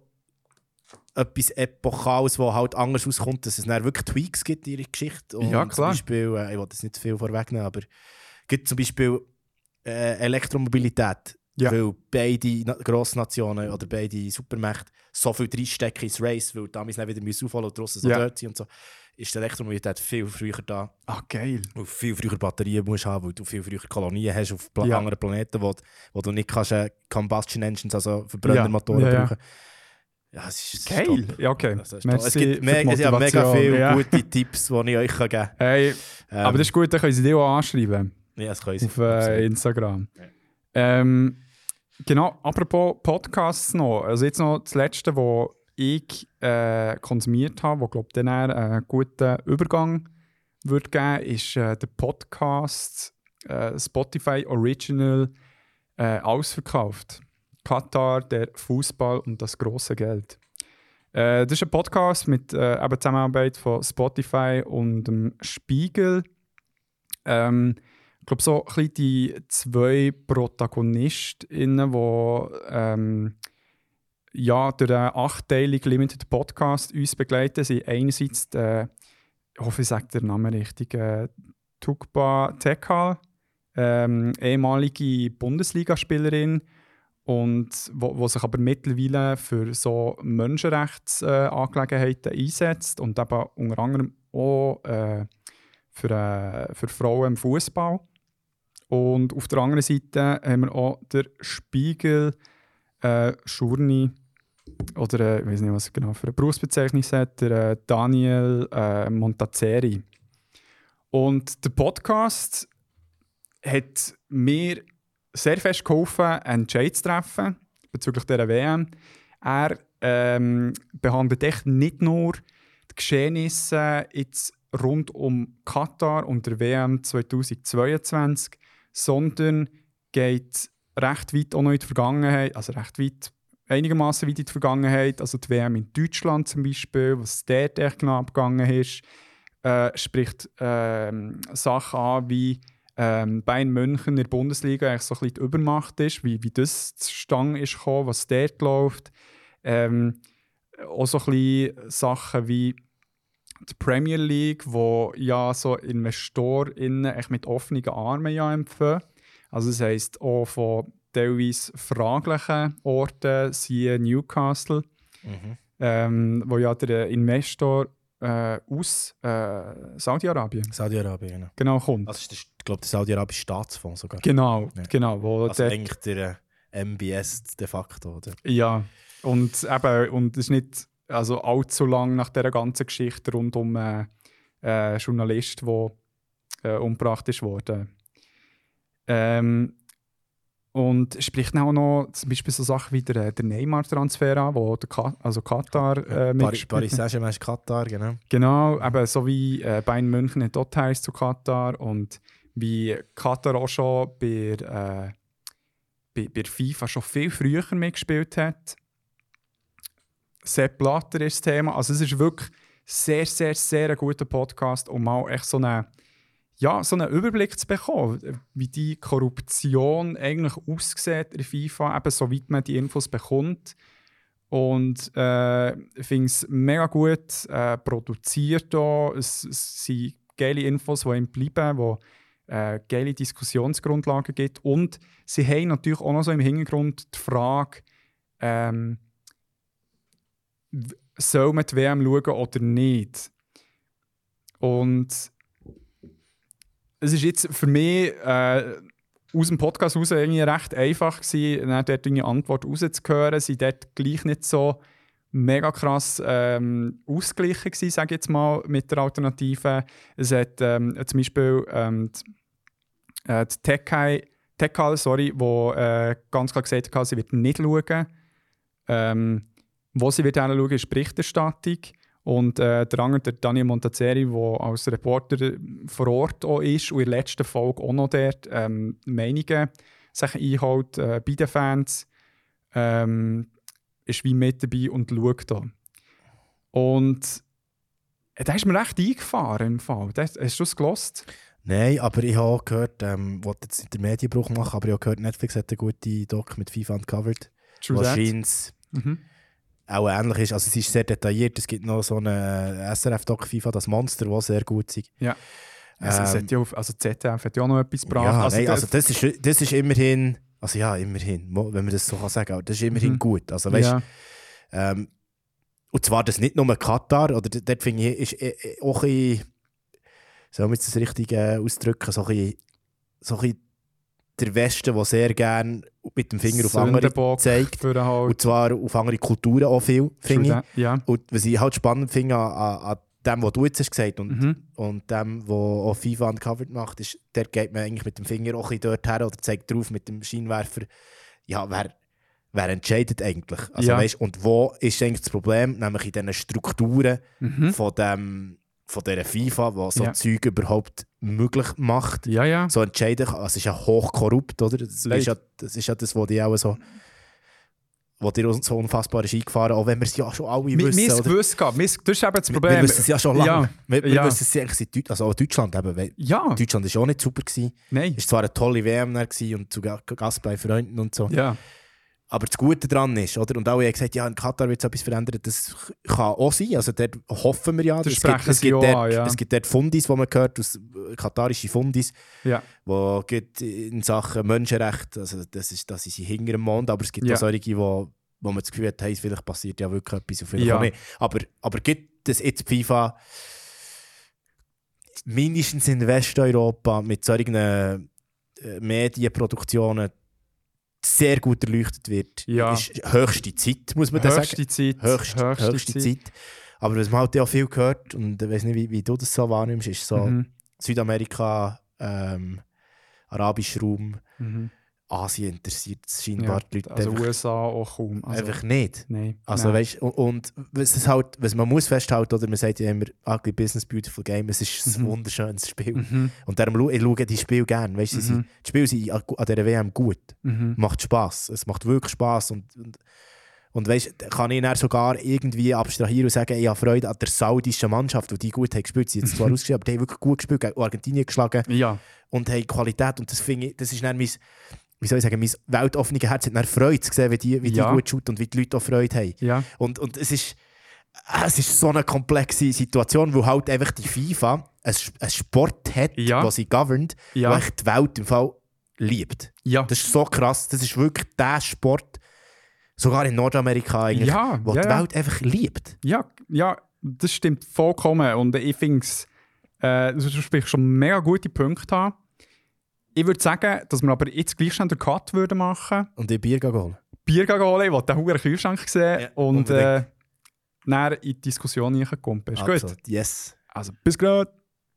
etwas Epochales, wo halt anders auskommt, dass es dann wirklich Tweaks gibt in ihrer Geschichte. Und Ja, klar. Zum Beispiel, äh, ich will das nicht zu viel vorwegnehmen, aber es gibt zum Beispiel äh, Elektromobilität. Ja. Weil beide Na- Grossnationen oder beide Supermächte so viel reinstecken ins Race, weil die Amis dann wieder müssen aufholen und draussen so Ja. dort sind und so, ist die Elektromobilität viel früher da. Ah, geil. Weil du viel früher Batterien musst haben, weil du viel früher Kolonien hast auf Pla Ja. anderen Planeten, wo, wo du nicht kannst, äh, Combustion Engines, also Verbrennermotoren Ja, ja, ja. brauchen. Ja, es ist Geil. top. Ja, okay. Das ist Merci top. Es gibt für me die es ja mega Motivation. viele Ja. gute Tipps, die ich euch geben kann. Hey, Ähm, aber das ist gut, dann können Sie die auch anschreiben ja, das können sie. auf äh, Absolut. Instagram. Ja. Ähm, genau, apropos Podcasts noch. Also jetzt noch das Letzte, was ich äh, konsumiert habe, wo glaube ich dann einen guten Übergang würde geben, ist äh, der Podcast äh, Spotify Original äh, ausverkauft. Katar, der Fußball und das große Geld. Äh, das ist ein Podcast mit äh, eben Zusammenarbeit von Spotify und dem Spiegel. Ähm, ich glaube, so ein bisschen die zwei ProtagonistInnen, die ähm, ja, durch einen achtteiligen Limited Podcast uns begleiten, sind einerseits, die, ich hoffe, ich sage den Namen richtig, äh, Tugba Tekal, ähm, ehemalige Bundesligaspielerin, und wo, wo sich aber mittlerweile für so Menschenrechtsangelegenheiten äh, einsetzt und eben unter anderem auch äh, für, äh, für Frauen im Fußball. Und auf der anderen Seite haben wir auch den Spiegel äh, Schurni, oder äh, ich weiß nicht, was er genau für eine Berufsbezeichnung hat, der äh, Daniel äh, Montazeri. Und der Podcast hat mir sehr fest geholfen, einen Entscheid zu treffen bezüglich dieser W M. Er ähm, behandelt echt nicht nur die Geschehnisse jetzt rund um Katar und der W M zweitausendzweiundzwanzig, sondern geht recht weit auch noch in die Vergangenheit, also recht weit, einigermaßen weit in die Vergangenheit, also die W M in Deutschland zum Beispiel, was dort echt genau abgegangen ist, äh, spricht äh, Sachen an wie ähm, Bayern München in der Bundesliga eigentlich so ein bisschen die Übermacht ist, wie, wie das zustande ist gekommen, was dort läuft. Ähm, auch so ein bisschen Sachen wie die Premier League, wo ja so InvestorInnen echt mit offenen Armen ja empfangen. Also das heisst auch von teilweise fraglichen Orten, siehe Newcastle, Mhm. ähm, wo ja der Investor äh, aus äh, Saudi-Arabien Saudi-Arabien, genau. genau kommt. Also ist der, ich glaube, der Saudi-Arabische Staatsfonds sogar. Genau, Ja. genau. Wo Also der, eigentlich der äh, M B S de facto, oder? ja, und eben, und es ist nicht also allzu lang nach dieser ganzen Geschichte rund um einen äh, äh, Journalist, der äh, umgebracht ist worden. Ähm, und es spricht dann auch noch zum Beispiel so Sachen wie der, der Neymar-Transfer an, wo der Ka also Katar äh, Paris, mitgespielt Paris hat. Saint-Germain ist Katar, genau. Genau, eben so wie äh, Bayern München hat dort Ties zu Katar und wie Katar auch schon bei, äh, bei, bei FIFA schon viel früher mitgespielt hat. Sepp Blatter ist das Thema. Also es ist wirklich sehr, sehr, sehr ein guter Podcast, um mal echt so einen, ja, so einen Überblick zu bekommen, wie die Korruption eigentlich aussieht in FIFA, eben soweit man die Infos bekommt. Und äh, ich finde es mega gut äh, produziert hier. Es, es sind geile Infos, die ihm bleiben, die äh, geile Diskussionsgrundlagen gibt. Und sie haben natürlich auch noch so im Hintergrund die Frage, ähm, soll man die W M schauen oder nicht? Und es ist jetzt für mich äh, aus dem Podcast heraus irgendwie recht einfach gewesen, dann dort eine Antwort rauszuhören. Sie waren dort gleich nicht so mega krass ähm, ausgeglichen gewesen, sage ich jetzt mal, mit der Alternative. Es hat ähm, zum Beispiel ähm, die, äh, die Tekal, Tekal, sorry, wo äh, ganz klar gesagt hat, sie wird nicht schauen. Ähm, wo sie wird schauen, ist Berichterstattung. Und äh, der andere, der Daniel Montazeri, der als Reporter vor Ort auch ist und in der letzten Folge auch noch dort ähm, Meinungen sich einholt äh, bei den Fans, ähm, ist wie mit dabei und schaut da. Und äh, da ist mir recht eingefahren im Fall. Das, hast du es gehört? Nein, aber ich habe auch gehört, ähm, ich wollte jetzt nicht den Medienbruch machen, aber ich habe gehört, Netflix hat eine gute Doc mit FIFA Uncovered. True that. Wahrscheinlich Mhm. auch ähnlich ist. Also es ist sehr detailliert. Es gibt noch so eine S R F-Doc FIFA, das Monster, das sehr gut ist. Ja. Also, es Ähm, hat ja auf, also Z D F hat ja auch noch etwas gebracht. Ja, also, nein, der- also das, ist, das ist immerhin, also ja, immerhin, mo- wenn man das so kann sagen, aber das ist immerhin Mhm. gut. Also weißt, ja. ähm, und zwar das nicht nur Katar, oder d- dort finde ich, ist äh, äh, auch ein bisschen, soll man jetzt das richtig äh, ausdrücken, so ein bisschen, so ein bisschen der Westen, der sehr gerne mit dem Finger auf andere Sündenbock zeigt. für den halt. Und zwar auf andere Kulturen auch viel, finde ich. True that. Ja. Und was ich halt spannend finde an, an, an dem, was du jetzt hast gesagt und, Mhm. und dem, was auch FIFA Uncovered macht, ist, dort geht man eigentlich mit dem Finger auch ein bisschen dort her oder zeigt drauf mit dem Scheinwerfer, ja, wer, wer entscheidet eigentlich? Also, Ja. weißt, und wo ist eigentlich das Problem? Nämlich in diesen Strukturen Mhm. von dem, von dieser FIFA, die so Ja. Zeug überhaupt möglich macht, Ja, ja. so entscheiden kann. Es ist ja hochkorrupt, oder? Das Leid. ist ja, das ist ja das, was die auch so, was dir so unfassbar ist eingefahren, auch wenn wir es ja schon alle Wir wissen. haben es oder? gewusst, gehabt. Wir- das ist eben das Wir, Problem. wir wissen es ja schon lange. Ja. Wir, wir Ja. wissen es ja eigentlich seit Deut- also auch Deutschland eben. Weil Ja, Deutschland war auch nicht super gewesen. nein. Es war zwar eine tolle W M dann gewesen und zu Ga- Gast bei Freunden und so. Ja, Aber das Gute daran ist, oder? Und alle haben gesagt, ja, in Katar wird es etwas verändern. Das kann auch sein. Also dort hoffen wir ja. Das Es gibt, sprechen es, sie gibt auch dort, an, ja. es gibt dort Fundis, die man hört, aus äh, katarische Fundis, ja. die gibt in Sachen Menschenrechte, also das ist, das ist hinter dem Mond, aber es gibt Ja. auch solche, die wo, wo man das Gefühl hat, hey, vielleicht passiert ja wirklich etwas und vielleicht Ja. auch nicht. Aber, aber gibt es jetzt FIFA mindestens in Westeuropa mit solchen äh, Medienproduktionen sehr gut erleuchtet wird, Ja. ist höchste Zeit, muss man das sagen. Höchste Zeit. Höchste, höchste, Zeit. Aber was man halt ja auch viel gehört, und ich weiß nicht, wie, wie du das so wahrnimmst, ist so Mhm. Südamerika, ähm, arabischer Raum, Mhm. Asien interessiert es scheinbar Ja. die Leute Also einfach, U S A auch kaum. Also, einfach nicht. nein. Also, nein. weißt, und, und was, es halt, was man muss festhalten, oder man sagt ja immer, ugly business, beautiful game, es ist ein Mhm. wunderschönes Spiel. Mhm. Und darum schaue ich schaue die Spiele gerne. Weißt, sie Mhm. sind, die Spiele sind an an dieser W M gut. Mhm. Macht Spass. Es macht wirklich Spass. Und, und, und weißt, kann ich dann sogar irgendwie abstrahieren und sagen, ich habe Freude an der saudischen Mannschaft, die die gut haben gespielt. Sie haben zwar ausgeschrieben, aber die haben wirklich gut gespielt, gegen Argentinien geschlagen Ja. und haben Qualität. Und das finde ich, das ist dann mein, wie soll ich sagen, mein weltoffenes Herz hat dann Freude zu sehen, wie die, wie die Ja. gut shooten und wie die Leute auch Freude haben. Ja. Und, und es ist, es ist so eine komplexe Situation, wo halt einfach die FIFA einen Sport hat, Ja. den sie governt, Ja. wo echt die Welt im Fall liebt. Ja. Das ist so krass. Das ist wirklich der Sport, sogar in Nordamerika eigentlich, Ja, wo ja, die ja. Welt einfach liebt. Ja, ja, das stimmt vollkommen. Und ich finde es, äh, du sprichst schon mega gute Punkte an. Ich würde sagen, dass wir aber jetzt gleich schon den Cut würden machen. Und ich Bier holen. Bier gehen holen, ich will den huren Kühlschrank sehen Ja, und äh, unbedingt. dann in die Diskussion reinkommen. Ist Also, gut? yes. Also, bis gleich.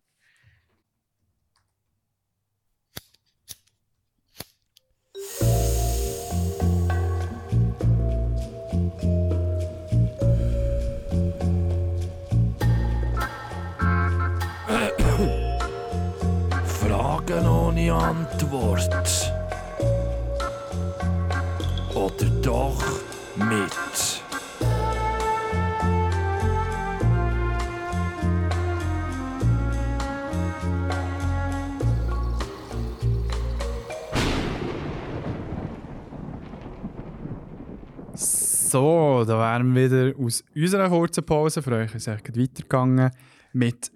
Fragen ohne Antwort. Oder doch mit. So, da wären wir wieder aus unserer kurzen Pause für euch. Es ist weitergegangen mit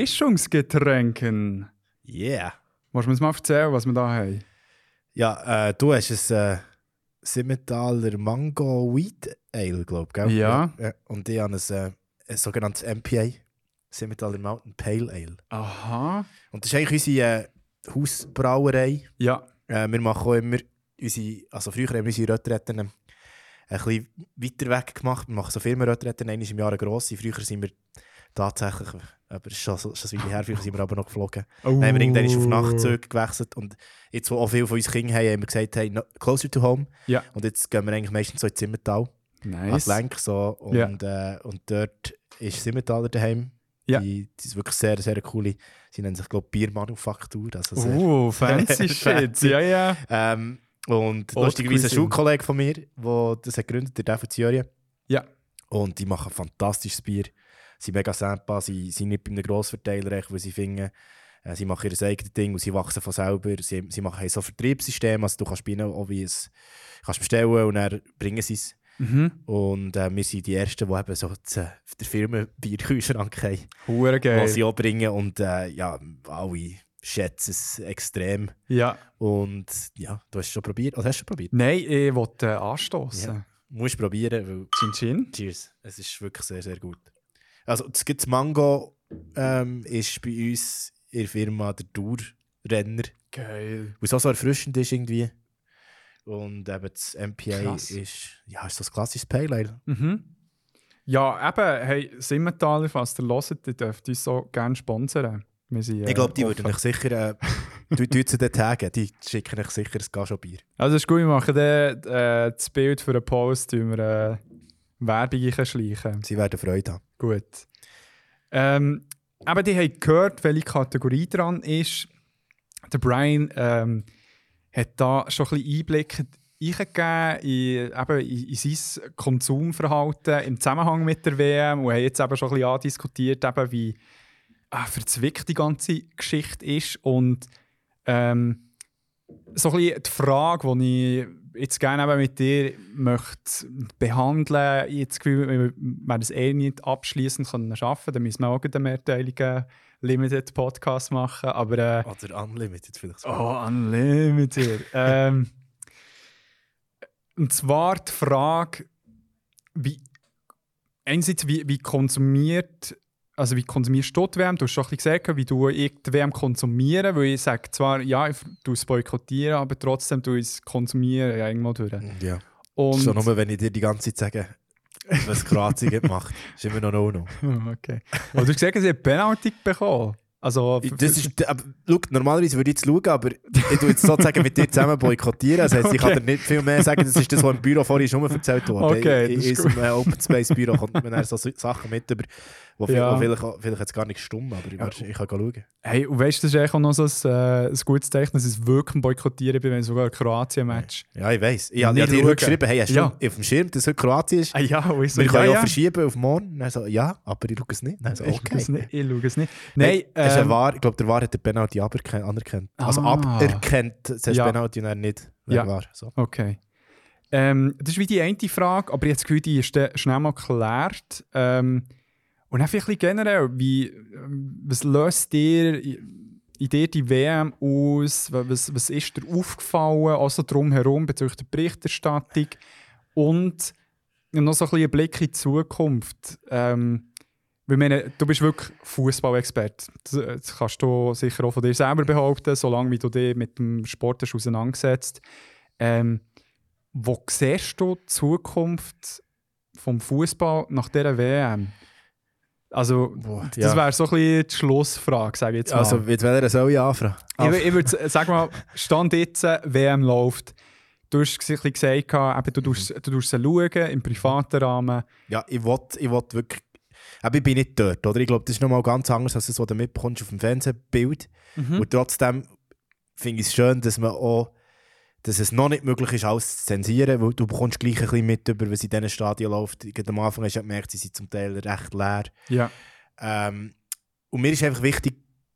Erfrischungsgetränken. Yeah. Willst du mir das mal erzählen, was wir da haben? Ja, äh, du hast ein äh, Simmentaler Mango Wheat Ale, glaube ich, gell? Ja. ja. Und ich habe ein, äh, ein sogenanntes M P A, Simmentaler Mountain Pale Ale. Aha. Und das ist eigentlich unsere äh, Hausbrauerei. Ja. Äh, wir machen auch immer unsere, also früher haben wir unsere Retreten ein bisschen weiter weg gemacht. Wir machen so Firmenretreten, einmal im Jahr eine grosse. Früher sind wir tatsächlich, aber es ist schon, schon ein Weile her, früher sind wir aber noch geflogen. Oh. Dann haben wir irgendwann auf Nachtzüge gewechselt und jetzt, wo auch viele von uns Kinder haben, haben wir gesagt, hey, no, closer to home. Ja. Und jetzt gehen wir eigentlich meistens so in Zimmertal, Nice. an Lenk so. Und, Ja. äh, und dort ist Simmentaler daheim. Ja. Die, die ist wirklich sehr, sehr coole. Sie nennen sich, glaube ich, Biermanufaktur. Also sehr, Oh, fancy shit. Fancy. Ja, ja. Ähm, und Haute lustigerweise ein Cuisine. Schulkollege von mir, der das hat gegründet, der David Zürich. Ja. Und die machen fantastisches Bier. Sie sind mega sampa, sie sind nicht bei einem Grossverteiler, echt, weil sie finden, äh, sie machen ihr eigenes Ding und sie wachsen von selber. Sie, sie machen haben so ein Vertriebssystem, also du kannst bei ihnen auch wie es kannst bestellen und dann bringen sie es. Mhm. Und äh, wir sind die Ersten, die eben so das, äh, der Firmenbierkühlschrank haben, Hure geil. was sie auch bringen. Und äh, ja, alle schätzen es extrem. Ja. Und ja, du hast es schon probiert, oder hast du schon probiert? Nein, ich wollte äh, anstoßen. Ja. Musst probieren, weil Chin Chin. cheers, es ist wirklich sehr, sehr gut. Also das gibt's Mango ähm, ist bei uns in der Firma der Tourrenner, Geil. was auch so erfrischend ist irgendwie. Und eben das M P A Krass. ist, ja, ist so ein klassisches Pale Ale. Mhm. Ja, eben, hey, Simmentaler, falls ihr hört, ihr dürft uns so gerne sponsern. Wir sind, äh, Ich glaube, die offen. würden euch sicher, äh, du du sie dort tagen, die schicken euch sicher ein Gajobier. Also ist gut, wir machen dann äh, das Bild für einen Post, wie wir äh, Werbung schleichen. Sie werden Freude haben. Gut. Ähm, eben, die haben gehört, welche Kategorie dran ist. Der Brian ähm, hat da schon ein bisschen Einblick eingegeben in, eben, in, in sein Konsumverhalten im Zusammenhang mit der W M und haben jetzt eben schon ein bisschen andiskutiert, eben, wie ah, verzwickt die ganze Geschichte ist. Und ähm, so ein bisschen die Frage, die ich jetzt gerne eben mit dir möchte behandeln, ich habe das Gefühl, wir werden es eh nicht abschliessend schaffen können, dann müssen wir auch einen mehrteiligen Limited Podcast machen. Aber, äh, Oder Unlimited vielleicht. Oh, Unlimited. ähm, und zwar die Frage, wie, einerseits, wie, wie konsumiert Also wie konsumierst du die W M? Du hast schon ein bisschen gesagt, wie du ich die W M konsumieren, weil ich sage zwar, ja, ich tue es boykottieren, aber trotzdem tue ich es konsumieren ja, irgendwo durch. Ja. Und Schon nur, wenn ich dir die ganze Zeit sage, was Kroatien macht, ist immer noch no-no. Okay. Aber du hast gesagt, sie hat Penalty bekommen. Also, Das ist, aber, schau, normalerweise würde ich jetzt schauen, aber ich tue jetzt sozusagen mit dir zusammen boykottieren. Das heisst, ich kann dir nicht viel mehr sagen. Das ist das, was im Büro vorhin schon mal erzählt wurde. Okay, in das in ist unserem äh, Open Space Büro kommt man dann so Sachen mit, über, wo, viel, Ja. wo vielleicht, vielleicht jetzt gar nicht stumm, aber ich, Ja. ich kann schauen. Hey, und weißt du, das ist eigentlich auch noch so ein, äh, ein gutes Zeichen, dass ich es wirklich am Boykottieren bin, wenn sogar ein Kroatien-Match. Ja, ich weiss. Ich habe Nicht dir schauen. heute geschrieben, hey, hast du Ja. auf dem Schirm, dass heute Kroatien ist? Ah ja, und ich so, Wir können ja, ja ja. verschieben auf morgen. Dann so, ja, aber ich schaue es nicht. Dann so, Ich okay. schaue es nicht. Ich schaue es nicht. Nein, Hey, es ist ein ähm, War, ich glaube, der War hat den Penalty aberkennt, anerkannt. Also Ah. aberkannt, das heißt Ja. Penalty und dann nicht, wer Ja. war. So. Okay. Ähm, das ist wie die eine Frage, aber ich habe das Gefühl, die ist dann schnell mal geklärt. Ähm, und dann vielleicht ein bisschen generell, wie, ähm, was löst dir in dir die W M aus? Was, was ist dir aufgefallen, also drumherum bezüglich der Berichterstattung? Und noch so ein bisschen ein Blick in die Zukunft. Ähm, weil ich meine, du bist wirklich Fußballexperte. Das, das kannst du sicher auch von dir selber behaupten, solange wie du dich mit dem Sport hast auseinandergesetzt. Ähm, wo siehst du die Zukunft vom Fußball nach dieser W M? Also, Boah, das ja. wäre so ein bisschen die Schlussfrage, sage ich jetzt mal. Also, mit welcher soll ich anfangen? ich wür- ich würde sagen, mal, Stand jetzt, äh, W M läuft. Du hast es ein bisschen gesagt, eben, du tust du tust sie schauen, im privaten Rahmen. Ja, ich will, ich will wirklich... Aber ich bin nicht dort, oder? Ich glaube, das ist nochmal ganz anders, als das, was du mitbekommst auf dem Fernsehbild. Mhm. Und trotzdem finde ich es schön, dass man auch... dass es noch nicht möglich ist, alles zu zensieren, weil du bekommst gleich ein bisschen mit, über was in diesen Stadien läuft. Gerade am Anfang hast du ja gemerkt, sie sind zum Teil recht leer. Ja. Ähm, und mir ist einfach wichtig,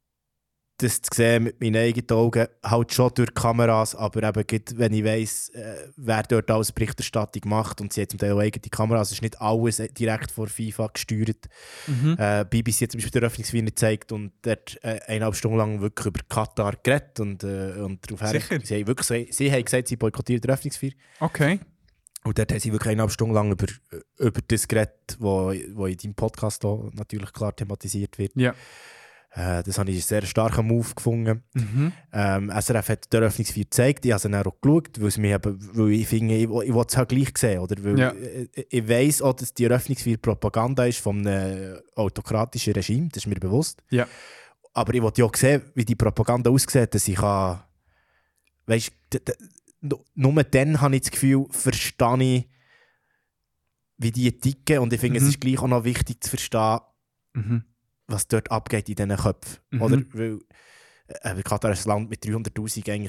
das zu sehen mit meinen eigenen Augen, halt schon durch Kameras, aber eben, gerade wenn ich weiss, äh, wer dort alles Berichterstattung macht und sie hat zum Teil auch eigene Kameras, es ist nicht alles direkt von FIFA gesteuert. Mhm. Äh, B B C hat zum Beispiel den Eröffnungsfeier gezeigt und dort äh, eineinhalb Stunden lang wirklich über Katar geredet und, äh, und darauf her. Sicher? Sie haben, wirklich, sie, sie haben gesagt, sie boykottieren den Eröffnungsfeier. Okay. Und dort haben sie wirklich eineinhalb Stunden lang über, über das geredet, was in deinem Podcast auch natürlich klar thematisiert wird. Ja. Äh, das habe ich einen sehr starken Move gefunden. Mhm. Ähm, S R F hat die Eröffnungsfeier gezeigt, ich habe es dann auch geschaut, weil, es mich eben, weil ich finde, ich, ich will es halt gleich sehen. Oder? Weil Ja. ich, ich weiss auch, dass die Eröffnungsfeier Propaganda ist von einem autokratischen Regime, das ist mir bewusst. Ja. Aber ich wollte ja auch sehen, wie die Propaganda aussieht, dass ich kann... Weißt du, nur dann habe ich das Gefühl, verstehe ich, wie die ticken. Und ich finde, Mhm. es ist gleich auch noch wichtig zu verstehen, Mhm. was dort abgeht in diesen Köpfen. Mhm. Oder? Weil äh, Katar ist ein Land mit dreihunderttausend eigentlich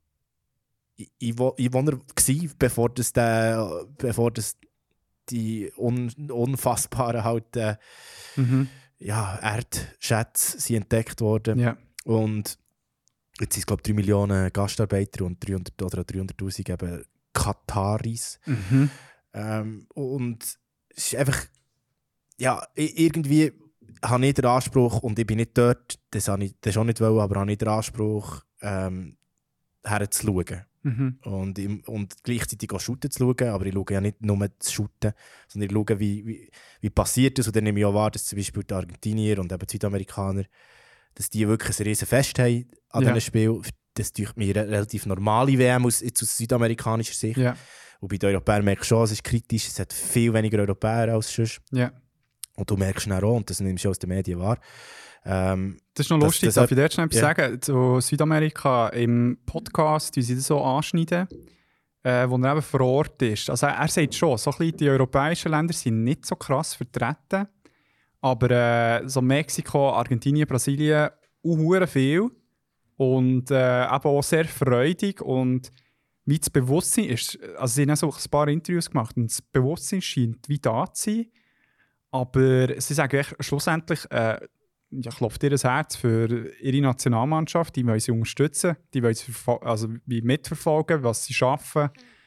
Einwohner gsi, bevor das, der, bevor das die un, unfassbaren halt, äh, Mhm. ja, Erdschätze sind entdeckt worden. Ja. Und jetzt sind es, glaube ich, drei Millionen Gastarbeiter und dreihundert oder dreihunderttausend eben Kataris. Mhm. Ähm, und es ist einfach, ja, i- irgendwie habe ich den Anspruch, und ich bin nicht dort, das habe ich das auch nicht wollen, aber habe ich den Anspruch, ähm, herzuschauen. Mhm. Und, im, und gleichzeitig auch shooten zu schauen, aber ich schaue ja nicht nur zu shooten, sondern ich schaue, wie, wie, wie passiert das. Und dann nehme ich auch wahr, dass zum Beispiel die Argentinier und eben die Südamerikaner, dass die wirklich ein riesen Fest haben an Ja. diesen Spielen. Das ist durch mir eine relativ normale W M aus, jetzt aus südamerikanischer Sicht. Ja. Und bei den Europäern merkst du schon, es ist kritisch, es hat viel weniger Europäer als sonst. Ja. Und du merkst dann auch, und das nimmst du aus den Medien wahr. Ähm, Das ist noch Das- lustig, das darf hat- ich dir jetzt schnell etwas ja. sagen? Zu Südamerika im Podcast, wie sie das so anschneiden, äh, wo er eben vor Ort ist. Also er sagt schon, so ein bisschen die europäischen Länder sind nicht so krass vertreten, Aber äh, so Mexiko, Argentinien, Brasilien, auch hure viel. Und äh, eben auch sehr freudig. Und wie das Bewusstsein ist, also sie haben so ein paar Interviews gemacht und das Bewusstsein scheint wie da zu sein. Aber sie sagen echt, schlussendlich, äh, ja, klopft ihr das Herz für ihre Nationalmannschaft, die wollen sie unterstützen, die wollen sie also wie mitverfolgen, was sie schaffen.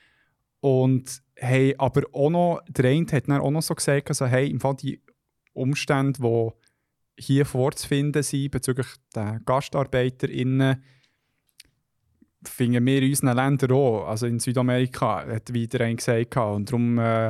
Und hey, aber auch noch, der eine hat dann auch noch so gesagt, also, hey, im Fall die Umstände, die hier vorzufinden sind bezüglich der GastarbeiterInnen, finden wir in unseren Ländern auch. Also in Südamerika, hat wieder einer gesagt. Und darum, äh,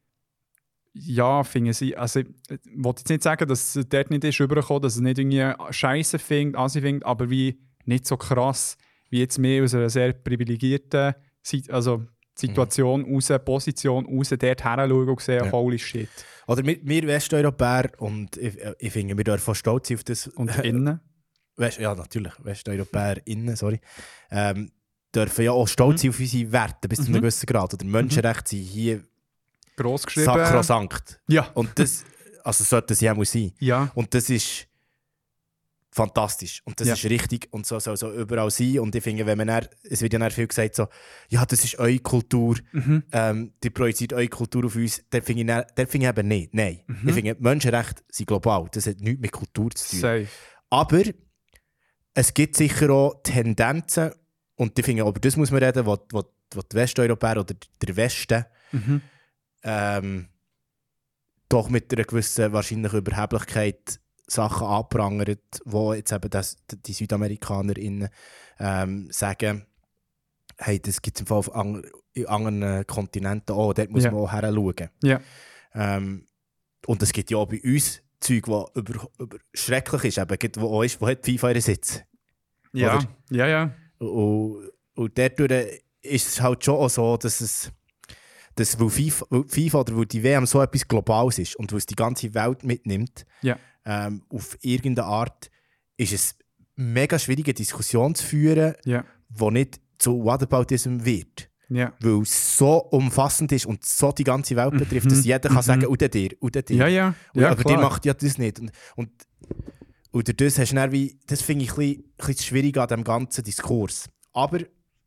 ja, finden sie, also ich wollte jetzt nicht sagen, dass es dort nicht ist rübergekommen, dass es nicht irgendwie Scheiße findet, Asi findet, aber wie nicht so krass, wie jetzt mehr aus einer sehr privilegierten also Situation mhm. raus, Position raus, dort hinschauen und sehen, ja. Holy shit. Oder wir, wir Westeuropäer, und ich, ich finde, wir dürfen stolz sein auf das. Und innen? West, ja, natürlich, Westeuropäer innen, sorry. Ähm, dürfen ja auch stolz sein mhm. auf unsere Werte bis mhm. zu einem gewissen Grad. Oder Menschenrechte sind hier gross geschrieben. Sakrosankt. Ja. Und das, also sollte es ja auch sein. Ja. Und das ist fantastisch. Und das ja. ist richtig und so soll so überall sein. Und ich finde, wenn man dann, es wird ja dann viel gesagt, so, ja, das ist eure Kultur, mhm. ähm, die projiziert eure Kultur auf uns, dann finde ich, dann, dann finde ich eben nicht. Nein. Mhm. Ich finde, Menschenrechte sind global. Das hat nichts mit Kultur zu tun. Safe. Aber es gibt sicher auch Tendenzen, und ich finde, über das muss man reden, wo, wo, wo die Westeuropäer oder der Westen mhm. ähm, doch mit einer gewissen wahrscheinlichen Überheblichkeit Sachen anprangert, wo jetzt eben das, die SüdamerikanerInnen ähm, sagen, hey, das gibt es im Fall auf an, in anderen Kontinenten auch, dort muss yeah. man auch hinschauen. Yeah. Ähm, und es gibt ja auch bei uns Zeug, das über, über schrecklich ist, eben, wo, auch ist, wo hat FIFA ihren Sitz. Ja, oder? ja, ja. Und, und dadurch ist es halt schon auch so, dass es dass, weil FIFA, weil FIFA oder weil die W M so etwas Globales ist und weil es die ganze Welt mitnimmt, yeah. ähm, auf irgendeine Art, ist es mega schwierig, eine Diskussion zu führen, yeah. die nicht zu Whataboutism wird. Yeah. Weil es so umfassend ist und so die ganze Welt betrifft, mhm. dass jeder kann sagen, oder dir, oder dir. Ja, ja. Und, ja aber klar. die macht ja das nicht. Und, und, und das, hast du dann wie, das finde ich ein bisschen, ein bisschen schwierig an diesem ganzen Diskurs. Aber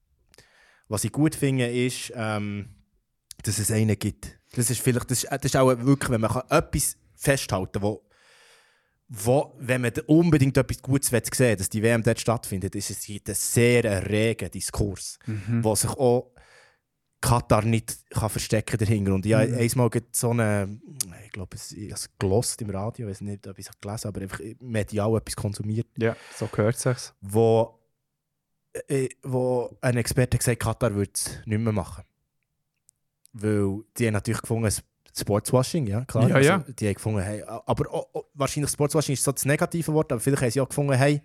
was ich gut finde, ist, ähm, dass es einen gibt. Das ist vielleicht, das ist, das ist auch wirklich, wenn man etwas festhalten kann, wo, wo, wenn man unbedingt etwas Gutes sehen will, dass die W M dort stattfindet, ist es ein sehr reger Diskurs, mhm. wo sich auch Katar nicht kann verstecken dahinter. Und ich habe mhm. einmal so eine, ich glaube, ich habe es gelost im Radio, ich weiß nicht, ob ich es gelesen habe, aber einfach medial etwas konsumiert. Ja, so gehört es sich. Wo, äh, wo ein Experte gesagt hat, Katar würde es nicht mehr machen. Weil die haben natürlich gefunden, Sportswashing, ja klar. Ja, also, ja. Die haben gefunden, hey, aber oh, oh, wahrscheinlich Sportswashing ist so das negative Wort, aber vielleicht haben sie auch gefunden, hey,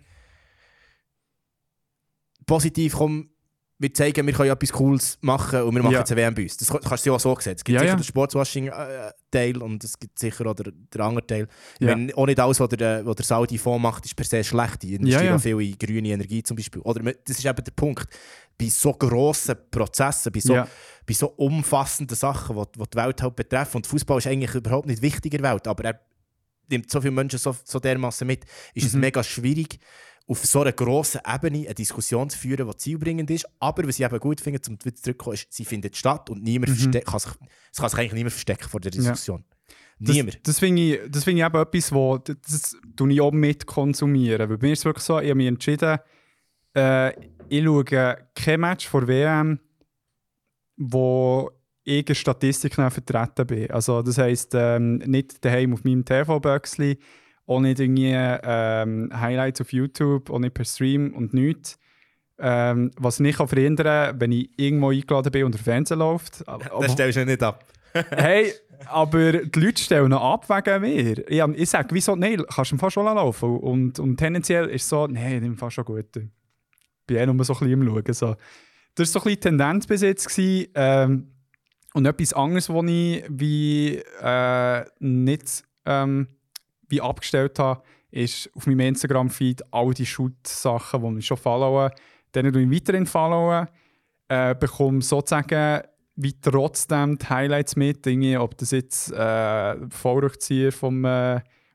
positiv, komm, wir zeigen, wir können etwas Cooles machen und wir machen ja. jetzt eine W M bei uns. Das kannst du ja auch so sehen. Es gibt ja, sicher ja. den Sportswashing-Teil und es gibt sicher auch den, den anderen Teil. Ja. Wenn auch nicht alles, was der, was der Saudi-Fonds macht, ist per se schlecht. Die investieren ja, ja. viel in grüne Energie zum Beispiel. Oder das ist eben der Punkt. Bei so grossen Prozessen, bei so, ja. bei so umfassenden Sachen, die, die die Welt halt betreffen. Und Fußball ist eigentlich überhaupt nicht wichtig in der Welt, aber er nimmt so viele Menschen so, so dermassen mit, ist mhm. es mega schwierig, auf so einer grossen Ebene eine Diskussion zu führen, die zielbringend ist. Aber was ich eben gut finde, um wieder zurückzukommen, ist, sie findet statt und niemand mhm. verste- kann sich, es kann sich eigentlich niemand verstecken vor der Diskussion. Ja. Niemand. Das, das finde ich, das find ich eben etwas, wo, das, das tue ich auch mit konsumieren. Weil bei mir ist es wirklich so, ich habe mich entschieden, äh, ich schaue kein Match vor W M, wo ich in Statistiken vertreten bin. Also das heisst, ähm, nicht daheim auf meinem T V-Böckchen, auch nicht irgendwie ähm, Highlights auf YouTube, auch nicht per Stream und nichts. Ähm, was ich nicht verhindern kann, wenn ich irgendwo eingeladen bin und der Fernsehen läuft. Das stellst du nicht ab. Hey, aber die Leute stellen noch ab wegen mir. Ich, ich sage, wieso? Nein, kannst du fast schon laufen. Und, und tendenziell ist es so, nein, ich fast schon gut. Ich bin eh nur so ein bisschen am Schauen. So. Das war so ein bisschen Tendenz bis jetzt. Ähm, und etwas anderes, was ich wie, äh, nicht ähm, wie abgestellt habe, ist auf meinem Instagram-Feed all die Shoot-Sachen, die ich schon followen. Denen ich weiterhin followen. Äh, bekomme sozusagen wie trotzdem die Highlights mit. Irgendwie, ob das jetzt äh, Vollrückzieher vom äh,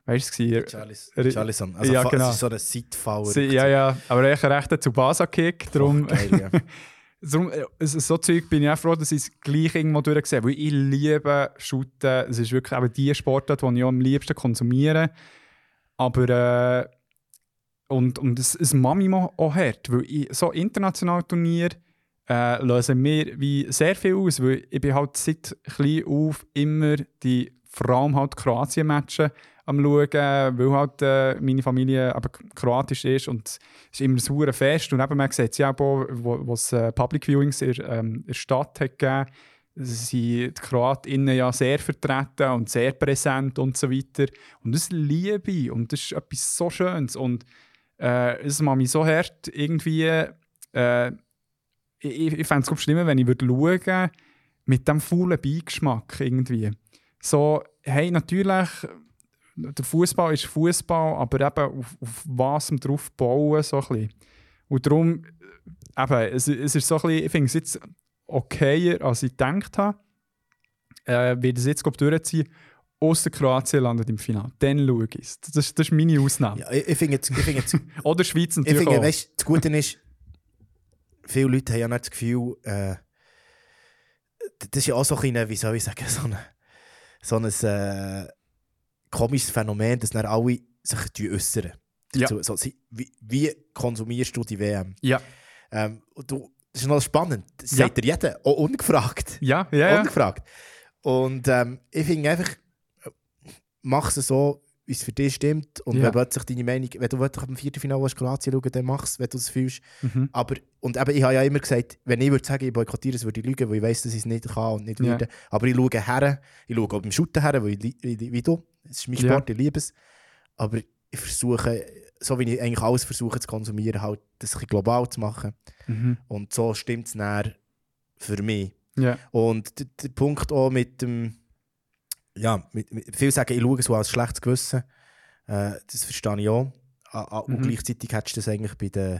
weißt du, es Charlis- Charlison. Also ja, fa- genau. es ist so ein Sidefauer. Sie, ja, ja, aber ich recht zu Basa-Kick, darum... Oh, geil, ja. Darum, so, so Zeug bin ich auch froh, dass ich es gleich irgendwo durchgesehen habe. Weil ich liebe Shooten. Es ist wirklich eben die Sportart, die ich am liebsten konsumiere. Aber äh, und, und es, es macht mich auch hart. Weil ich, so internationale Turniere äh, lösen mir wie sehr viel aus. Weil ich bin halt seit klein auf immer die, vor allem halt Kroatien-Matches am schauen, weil halt äh, meine Familie aber kroatisch ist und es ist immer ein sauer Fest. Und eben, man sieht es ja auch, wo es äh, Public Viewings in, ähm, in der Stadt hat gegeben, sind die KroatInnen ja sehr vertreten und sehr präsent und so weiter. Und das liebe ich und das ist etwas so Schönes. Und äh, es macht mich so hart irgendwie... Äh, ich ich fände es schlimmer, wenn ich würde schauen mit diesem faulen Beigeschmack irgendwie. So, hey, natürlich... Der Fußball ist Fußball, aber eben auf, auf was wir drauf bauen, so ein bisschen. Und darum, eben, es, es ist so ein bisschen, ich finde es jetzt okayer, als ich gedacht habe. Äh, werde es jetzt durchziehen, ausser Kroatien landet im Finale. Dann schaue ich es. Das, das ist meine Ausnahme. Ja, ich, ich finde jetzt, ich find jetzt, Oder Schweiz ich natürlich finde, auch. weißt, das Gute ist, viele Leute haben ja nicht das Gefühl, äh, das ist ja auch so ein bisschen, wie soll ich sagen, so ein, so ein äh, komisches Phänomen, dass dann alle sich äußern. Ja. So, so, wie, wie konsumierst du die W M? Ja, Ähm, und du, das ist noch spannend. Das Ja. sagt dir jeder, auch ungefragt. ja, ja. ja. Ungefragt. Und ähm, ich finde einfach, mach es so, wie es für dich stimmt. Und Ja. wenn plötzlich deine Meinung, wenn du wirklich am Viertelfinale Kroatien schauen, dann mach es, wenn du es fühlst. Mhm. Aber, und eben, ich habe ja immer gesagt, wenn ich würde sagen, ich boykottiere es, würde ich lügen, weil ich weiss, dass ich es nicht kann und nicht Ja. werde. Aber ich schaue her, ich schaue auch beim Shooten her, weil ich, li- wie, wie du, es ist mein Ja. Sport, ich liebe es. Aber ich versuche, so wie ich eigentlich alles versuche zu konsumieren, halt das ein bisschen global zu machen. Mhm. Und so stimmt es dann für mich. Ja. Und der, der Punkt auch mit dem, ja, mit, mit, viele sagen, ich schaue so als schlechtes Gewissen. Äh, das verstehe ich auch. A, a, Mhm. Und gleichzeitig hättest du das eigentlich bei den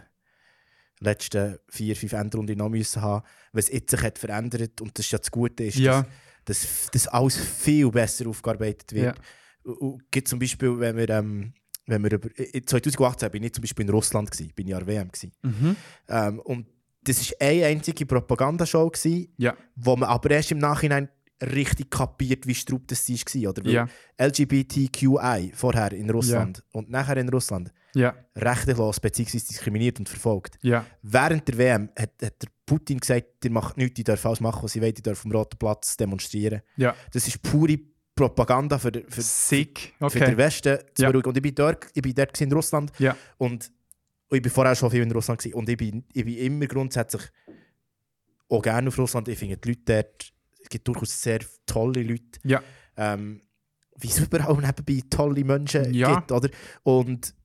letzten vier, fünf Endrunden noch müssen haben, weil es jetzt sich hat verändert und das ist ja das Gute ist, Ja. dass, dass, dass alles viel besser aufgearbeitet wird. Ja. Und- und gibt zum Beispiel, wenn wir, ähm, wenn wir über, in zwanzig achtzehn bin ich zum Beispiel in Russland gewesen, bin ich an der W M gewesen. Mhm. Ähm, und das war eine einzige Propagandashow gewesen, Ja. wo man aber erst im Nachhinein richtig kapiert, wie straub das war. Oder? Weil Ja. L G B T Q I vorher in Russland und nachher in Russland Ja. rechtlos bzw. diskriminiert und verfolgt. Ja. Während der W M hat, hat der Putin gesagt, ihr macht nichts, ihr dürft alles machen, was ihr wollt, ihr dürft am Roten Platz demonstrieren. Ja. Das ist pure Propaganda für, für, Sick. für den Okay. Westen zu Ja. beruhigen. Und ich bin dort, ich bin dort in Russland Ja. und, und ich war vorher schon viel in Russland gewesen. Und ich bin, ich bin immer grundsätzlich auch gerne auf Russland. Ich finde die Leute dort, es gibt durchaus sehr tolle Leute. Ja. Ähm, wie es überall nebenbei tolle Menschen Ja. gibt, oder? Und,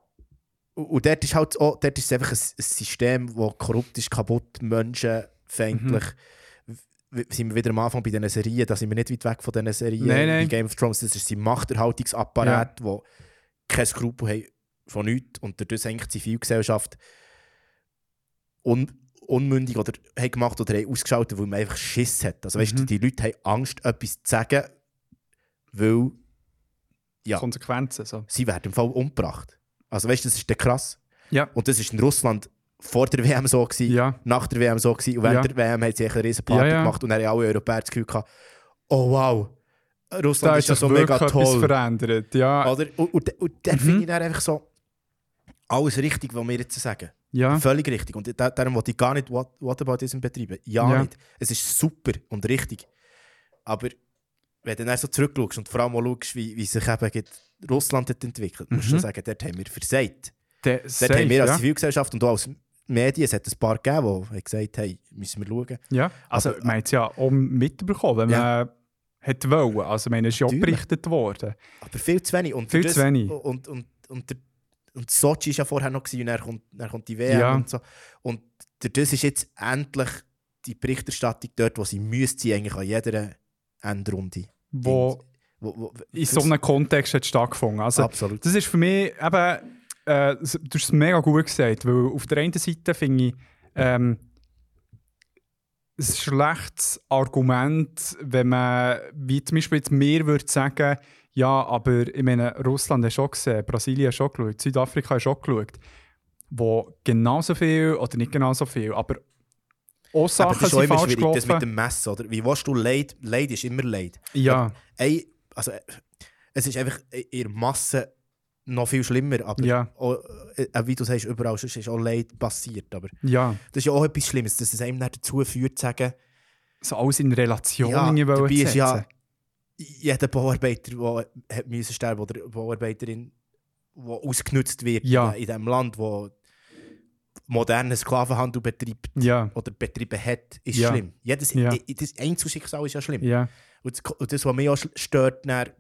und dort ist halt auch, dort ist es einfach ein, ein System, das korrupt ist, kaputt, menschenfeindlich. W- Sind wir wieder am Anfang bei diesen Serien, da sind wir nicht weit weg von diesen Serien Nein, nein. wie Game of Thrones. Das ist ein Machterhaltungsapparat, ja. wo kein Skrupel haben von nichts und dadurch eigentlich die Zivilgesellschaft un unmündig oder haben gemacht oder haben ausgeschaltet, weil man einfach Schiss hat. Also weißt du, Mhm. die Leute haben Angst, etwas zu sagen, weil ja, Konsequenzen. So. sie werden im Fall umgebracht. Also weißt du, das ist dann krass. Ja. Und das war in Russland vor der W M so, gewesen, Ja. nach der W M so gewesen, und während Ja. der W M haben sie echt eine riesen Party Ja, ja. gemacht und dann haben alle Europäer das Gefühl gehabt, oh wow, Russland Da ist ist ja sich so wirklich mega etwas toll. verändert. Ja. Oder? Und, und, und dann Mhm. finde ich dann einfach so, alles richtig, was wir jetzt sagen. Ja. Völlig richtig. Und da, darum wollte ich gar nicht What, Whataboutism betreiben. Ja, Ja. nicht. Es ist super und richtig. Aber wenn du dann so zurückschaust und vor allem auch schaust, wie, wie sich eben gerade Russland hat entwickelt, musst du Mhm. sagen, dort haben wir versagt. Der, Dort safe, haben wir als ja. Zivilgesellschaft und auch als Medien, es hat ein paar gegeben, die gesagt haben, hey, müssen wir schauen. Ja, also Aber- man hat es ja auch mitbekommen, wenn Ja. man hätte wollen. Also man ist ja auch Natürlich. berichtet worden. Aber viel zu wenig. Und Viel das, zu wenig. Und, und, und, der, und Sochi war ja vorher noch gewesen, und dann kommt, dann kommt die W M Ja. und so. Und das ist jetzt endlich die Berichterstattung dort, wo sie müsste sie eigentlich an jeder Endrunde. Wo Wo, wo, in so einem Kontext hat stattgefunden. Also Absolut. das ist für mich eben, äh, du hast es mega gut gesagt, weil auf der einen Seite finde ich, ähm, schlechtes Argument, wenn man, wie zum Beispiel jetzt mir würde sagen, ja, aber ich meine, Russland hat schon gesehen, Brasilien hat schon geschaut, Südafrika hat schon geschaut, wo genauso viel oder nicht genauso viel, aber auch Sachen aber das ist auch sind immer falsch schwierig, das gelaufen. mit dem Messen, oder? Wie willst du Leid? Leid ist immer Leid. Ja. Ey, also, es ist einfach in der Masse noch viel schlimmer, aber Ja. auch, äh, wie du sagst, überall sonst ist auch Leid passiert. Aber Ja, das ist ja auch etwas Schlimmes, dass es einem dann dazu führt, zu sagen, so alles in Relation ja, irgendwie dabei setzen. ist ja jeder Bauarbeiter, der hat müssen sterben oder Bauarbeiterin, die ausgenutzt wird Ja. in diesem Land, wo modernen Sklavenhandel betreibt Ja, oder betrieben hat, ist Ja. schlimm. Jedes Ja. i- das Einzelschicksal ist ja schlimm. ja, Und das, und das, was mich auch stört, dann,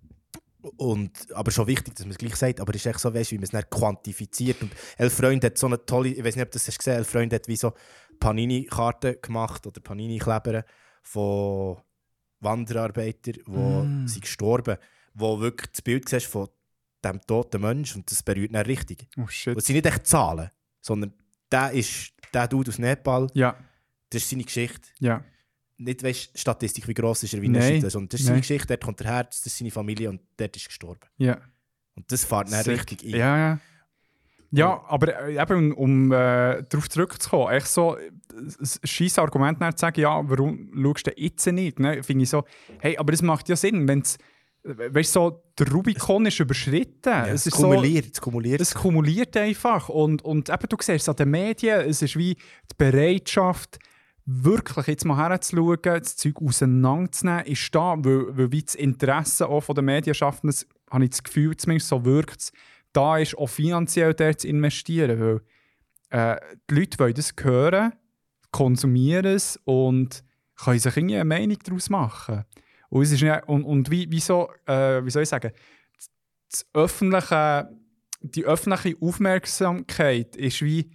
und, aber schon wichtig, dass man es gleich sagt, aber es ist echt so, weißt, wie man es dann quantifiziert. Und Elf Freund hat so eine tolle, ich weiß nicht, ob du das hast gesehen, Elf Freund hat wie so Panini-Karten gemacht oder Panini-Kleber von Wanderarbeitern, die Mm. sind gestorben, wo wirklich das Bild siehst von diesem toten Menschen und das berührt dann richtig. oh shit. Und es sind nicht echt Zahlen, sondern der ist der Dude aus Nepal, Ja, das ist seine Geschichte. ja, Nicht weißt, Statistik, wie gross ist er, wie Nein, er sondern das ist seine nein. Geschichte, dort kommt er her, das ist seine Familie und dort ist er gestorben. ja. Und das fährt dann Sick. richtig ein. Ja, ja. Ja, aber äh, eben, um äh, darauf zurückzukommen, echt so ein scheiß Argument dann zu sagen, ja, warum schaust du jetzt nicht? Ne? Finde ich so, hey, aber es macht ja Sinn, wenn es, weißt du, so, der Rubikon ist überschritten. Ja, es es ist so, kumuliert, es kumuliert. es kumuliert einfach. Und, und eben, du siehst es an den Medien, es ist wie die Bereitschaft, wirklich jetzt mal herzuschauen, das Zeug auseinanderzunehmen, ist da, weil, weil wie das Interesse auch von den Medienschaffenden, habe ich das Gefühl, zumindest so wirkt es, da ist auch finanziell dort zu investieren, weil äh, die Leute wollen das hören, konsumieren es und können sich irgendwie eine Meinung daraus machen. Und, es ist nicht, und, und wie, wie, so, äh, wie soll ich sagen, das öffentliche, die öffentliche Aufmerksamkeit ist wie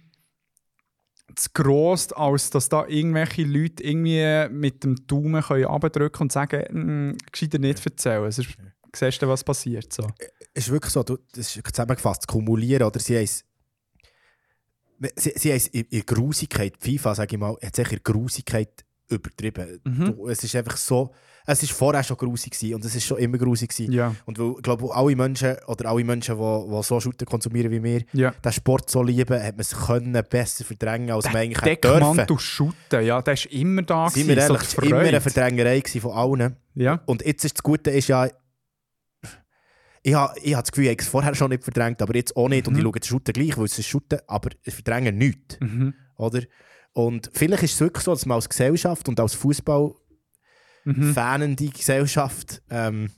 zu gross, als dass da irgendwelche Leute irgendwie mit dem Daumen runterdrücken können und sagen, mm, gescheiter nicht erzählen. Es ist, siehst du, was passiert. So. Es ist wirklich so, du, das ist zusammengefasst, das Kumulieren, oder sie haben es sie, sie haben es in, in Grusigkeit, die FIFA, sage ich mal, hat sich in Grusigkeit übertrieben. Mhm. Du, es ist einfach so, es war vorher schon grusig gewesen und es ist schon immer grusig gewesen. Ja, Und weil, ich glaube, alle Menschen, oder alle Menschen, die, die so Shooter konsumieren wie wir, ja. den Sport so lieben, hat man es können besser verdrängen, als man eigentlich hätte Deckmantel dürfen. shooten, ja, der ist immer da Seien wir gewesen, ehrlich, es so war immer eine Freude. Verdrängerei gewesen von allen. Ja. Und jetzt ist das Gute, ist ja, ich habe ich ha das Gefühl, ich habe es vorher schon nicht verdrängt, aber jetzt auch nicht. Mhm. Und ich schaue das Shooten gleich, weil es ist Shooten, aber es verdrängen nichts. Mhm. Oder? Und vielleicht ist es wirklich so, dass man als Gesellschaft und als Fußball Mhm. fanende Gesellschaft ähm,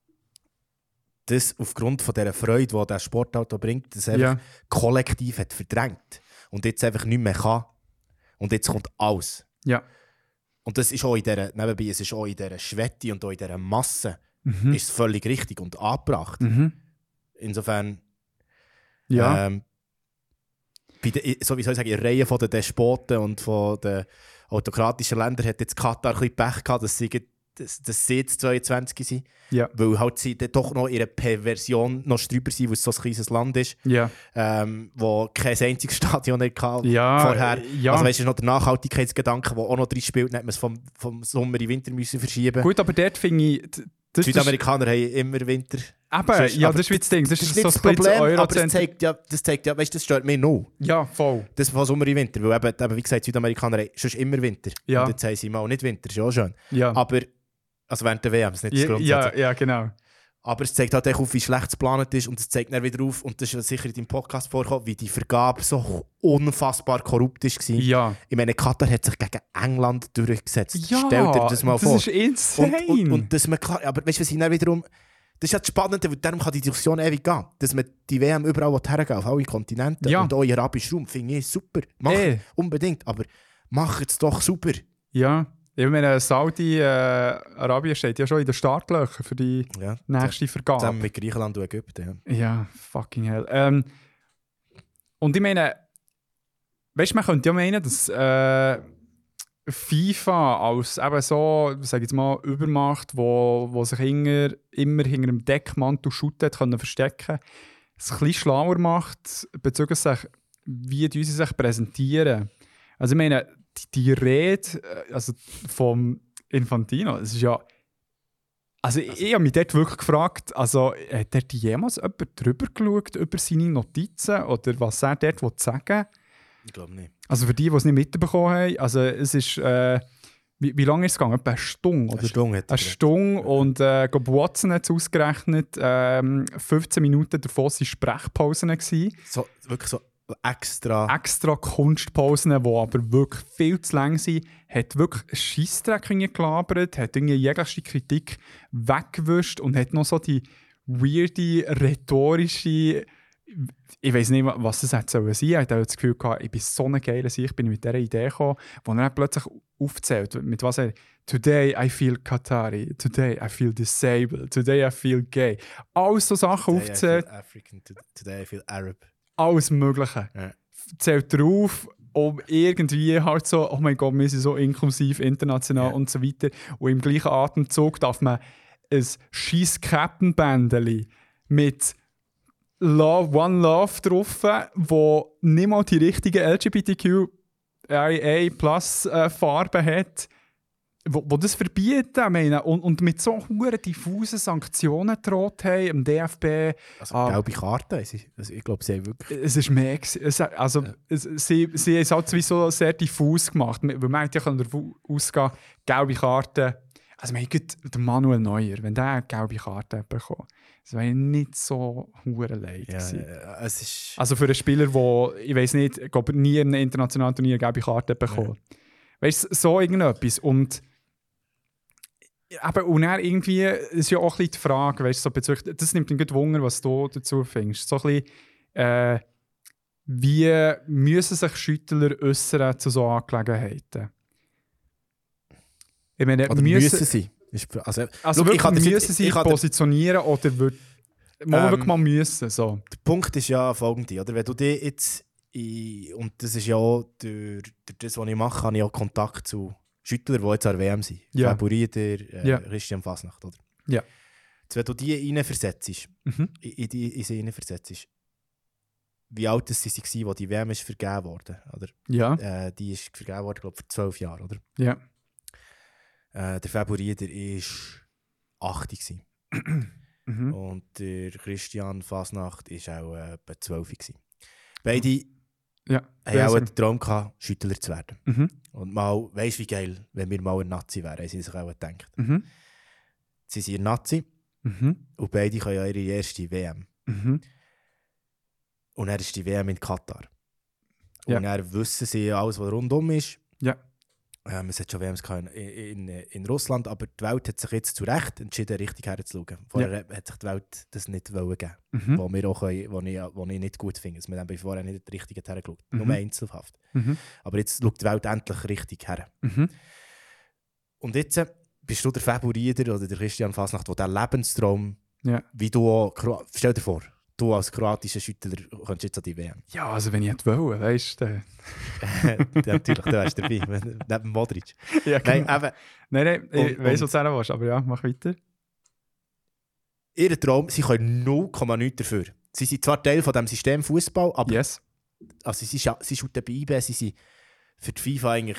das aufgrund von dieser Freude, die der Sportauto bringt, das einfach Ja. kollektiv hat verdrängt und jetzt einfach nicht mehr kann. Und jetzt kommt alles. Ja. Und das ist auch in dieser, nebenbei, es ist auch in dieser Schwette und auch in dieser Masse Mhm. ist es völlig richtig und angebracht. Mhm. Insofern, Ja. ähm, bei der, so wie soll ich sagen, in der Reihe von den Despoten und von den autokratischen Ländern hat jetzt Katar ein bisschen Pech gehabt, dass sie, dass, dass sie jetzt zweiundzwanzig sind. Ja. Weil halt sie dann doch noch ihre Perversion noch drüber sind, weil es so ein kleines Land ist, Ja. ähm, wo kein einziges Stadion hatte Ja. vorher. Ja. Also weißt du, noch der Nachhaltigkeitsgedanke, der auch noch drin spielt, dann hat man es vom, vom Sommer in den Winter müssen verschieben. Gut, aber dort finde ich... d- Die Das ist, Südamerikaner haben immer Winter. eben, Sonst- ja, aber das ist wie das Ding. Das, Das ist ist so nicht ein das bisschen Problem, aber das Eurozentrum. zeigt ja, das zeigt ja, weißt du, das stört mich noch. Ja, voll. Das von Sommer in Winter, weil eben, eben wie gesagt, die Südamerikaner haben sonst immer Winter. Ja. Und jetzt haben sie mal nicht Winter, ist ja auch schön. Ja. Aber, also während der W M, das ist nicht das Ja, Grundsatz. ja, ja, genau. Aber es zeigt halt auch auf, wie schlecht es geplant ist und es zeigt dann wieder auf, und das ist sicher in deinem Podcast vorgekommen, wie die Vergabe so unfassbar korrupt war. Ja. Ich meine, Katar hat sich gegen England durchgesetzt. Ja, Stell dir das mal vor. Das ist insane. Und, und, und dass man klar, aber weißt du, was ich dann wiederum, das ist ja das Spannende, weil darum kann die Diskussion ewig gehen, dass man die W M überall hergehen auf alle Kontinente Ja. und auch in den arabischen Raum, finde ich super. Mach Eh. unbedingt, aber macht es doch super. Ja. Ich meine, Saudi-Arabien äh, steht ja schon in den Startlöchern für die Ja, nächste Vergabe. zusammen mit Griechenland und Ägypten. Ja. Ja, fucking hell. Ähm, und ich meine, weißt du, man könnte ja meinen, dass äh, FIFA als eben so, sag ich jetzt mal, Übermacht, wo, wo sich hinter, immer hinter einem Deckmantel Shooten hat können verstecken, es ein bisschen schlauer macht bezüglich sich, wie die sie sich präsentieren. Also ich meine, die, die Rede äh, also vom Infantino, es ist ja. Also, ich, ich habe mich dort wirklich gefragt, also, hat dort jemals jemand drüber geschaut über seine Notizen oder was er dort sagen will? Ich glaube nicht. Also, für die, die es nicht mitbekommen haben, also, es ist. Äh, wie, wie lange ist es gegangen? Etwa eine Stunde? Oder? Eine Stunde hat er Eine Stunde und äh, Bob Watson hat es ausgerechnet, ähm, fünfzehn Minuten davon waren Sprechpausen gewesen. So, wirklich so extra. Extra Kunstpausen, die aber wirklich viel zu lang sind. Hat wirklich Scheissdreck gelabert, hat irgendwie jegliche Kritik weggewischt und hat noch so die weirde, rhetorische. Ich weiß nicht, was das hätte sein sollen. Ich hatte das Gefühl, gehabt, ich bin so eine geile Sache, ich bin mit dieser Idee gekommen, wo er plötzlich aufzählt, mit was er «Today I feel Qatari», «Today I feel disabled», «Today I feel gay». Alles so Sachen Today aufzählt. I feel African, today I feel Arab. Alles Mögliche. Ja. Zählt drauf, um irgendwie halt so, oh mein Gott, wir sind so inklusiv, international Ja. und so weiter. Und im gleichen Atemzug darf man ein scheiß Captain-Bändeli mit Love, One Love drauf, wo nicht mal die richtige L G B T Q I A Plus äh, Farbe hat, wo, wo das verbieten, ich meine, und, und mit so huere diffusen Sanktionen droht haben, im D F B. Also Ah. gelbe Karte, also ich glaube, sie haben wirklich... Es ist mehr. gewesen. Es, also, Ja. es, sie, sie haben es halt sowieso sehr diffus gemacht. Weil man hätte ja davon ausgehen, gelbe Karte. Also, mein Gott, der Manuel Neuer, wenn der eine gelbe Karte hat bekommen, das wäre nicht so hure leid Ja, gewesen. äh, es ist... Also für einen Spieler, der, ich weiß nicht, ich glaube, nie in einem internationalen Turnier eine gelbe Karte hat bekommen. Weißt du, so irgendetwas. Und, aber, und dann irgendwie ist ja auch ein bisschen die Frage, weißt du, so bezüglich, das nimmt mich gut Wunder, was du dazu findest. So ein bisschen, äh, wie müssen sich Schüttler äußern zu so Angelegenheiten? Ich meine, Oder müssen, müssen sie? Ist- Also, Also schau, wirklich ich kann dir müssen jetzt- sie ich kann dir- positionieren oder wird mal Ähm, wirklich mal müssen? So. Der Punkt ist ja folgende, oder? Wenn du dich jetzt, in, und das ist ja auch durch, durch das, was ich mache, habe ich auch Kontakt zu Schüttlern, die jetzt an der W M sind. Ja. Fabio Rieder, äh, Ja. Christian Fasnacht, oder? Ja. Jetzt, wenn du die reinversetzt, Mhm. in, in, die, in sie reinversetzt, wie alt sie waren, als die W M ist vergeben wurde, oder? Ja, Äh, die ist vergeben worden, glaube ich, vor zwölf Jahren, oder? ja. Äh, der Fabio Rieder war acht gewesen. Mhm. Und der Christian Fasnacht war auch äh, etwa zwölf gewesen. Beide Ja. haben auch den Traum gehabt, Schüttler zu werden. Mhm. Und mal, weisst du, wie geil, wenn wir mal ein Nazi wären, haben sie sich auch gedacht. Mhm. Sie sind ein Nazi Mhm. und beide können ja ihre erste W M. Mhm. Und dann ist die W M in Katar. Und Ja. dann wissen sie alles, was rundum ist. Ja. Ähm, es hat schon W Ms gehabt in, in, in Russland, aber die Welt hat sich jetzt zu Recht entschieden, richtig herzuschauen. Vorher hat sich die Welt das nicht wollen geben, Mhm. wo, wir auch können, wo, ich, wo ich nicht gut finde. Also wir haben vorher nicht richtig hergeschaut, Mhm. nur einzelhaft. Mhm. Aber jetzt schaut die Welt endlich richtig her. Mhm. Und jetzt äh, bist du der Fabio Rieder oder der Christian Fasnacht, der diesen Lebenstraum, Ja. wie du auch, Kro- stell dir vor, du als kroatischer Schüttler könntest jetzt an die W M. Ja, also wenn ich hätte wollen, weißt du. Ja, natürlich, du wärst dabei, wenn- neben Modric. Ja, Nein, genau. eben, nein, nein, ich Und- weiss, und- was du sagen willst, aber ja, mach weiter. ihr Traum, sie können null Komma nichts dafür. Sie sind zwar Teil von diesem System Fußball, aber Yes. also sie, scha- sie shooten bei I B, sie sind für die FIFA eigentlich.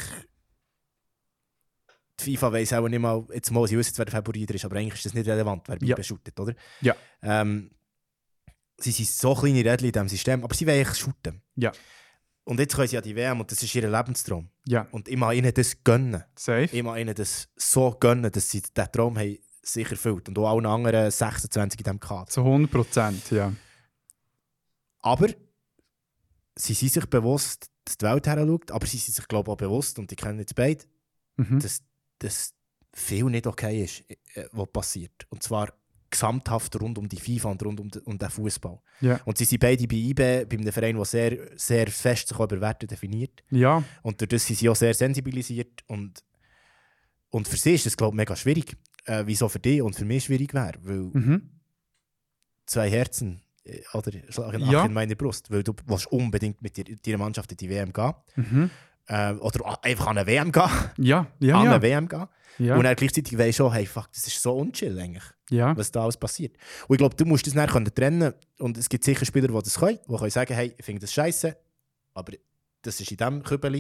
Die FIFA weiss auch nicht mal, jetzt mal, sie wissen, wer der Favorit ist, aber eigentlich ist das nicht relevant, wer bei Ja. I B shootet, oder? Ja. Ähm, sie sind so kleine Rädchen in diesem System, aber sie wollen eigentlich shooten. Ja. Und jetzt können sie an die W M und das ist ihr Lebenstraum. Ja, Und ich mag ihnen das gönnen. safe. Ich mag ihnen das so gönnen, dass sie diesen Traum haben sich erfüllt. Und auch allen anderen sechsundzwanzig in diesem Kader. Zu hundert Prozent, ja. Aber sie sind sich bewusst, dass die Welt her schaut, aber sie sind sich, glaube ich, auch bewusst, und die kennen jetzt beide, Mhm. dass, dass viel nicht okay ist, äh, was passiert. Und zwar gesamthaft rund um die FIFA und rund um, de, um den Fußball. Ja. Und sie sind beide bei I B, bei einem Verein, der sehr, sehr fest sich auch über Werte definiert. Ja, Und durch das sind sie auch sehr sensibilisiert. Und, und für sie ist das, glaube ich, mega schwierig. Äh, wieso für dich und für mich schwierig wäre. Weil mhm. zwei Herzen äh, oder schlagen Ja. Ach in meiner Brust. Weil du willst unbedingt mit dir, deiner Mannschaft in die W M gehen. Mhm. Äh, oder einfach an eine W M gehen. Ja, ja, an ja. eine W M gehen. ja. Und dann gleichzeitig weisst du, hey, fuck, das ist so unchill eigentlich, ja. was da alles passiert. Und ich glaube, du musst das dann können trennen. Und es gibt sicher Spieler, die das können, die können sagen, hey, ich finde das scheiße, aber das ist in diesem Kübeli. Ja.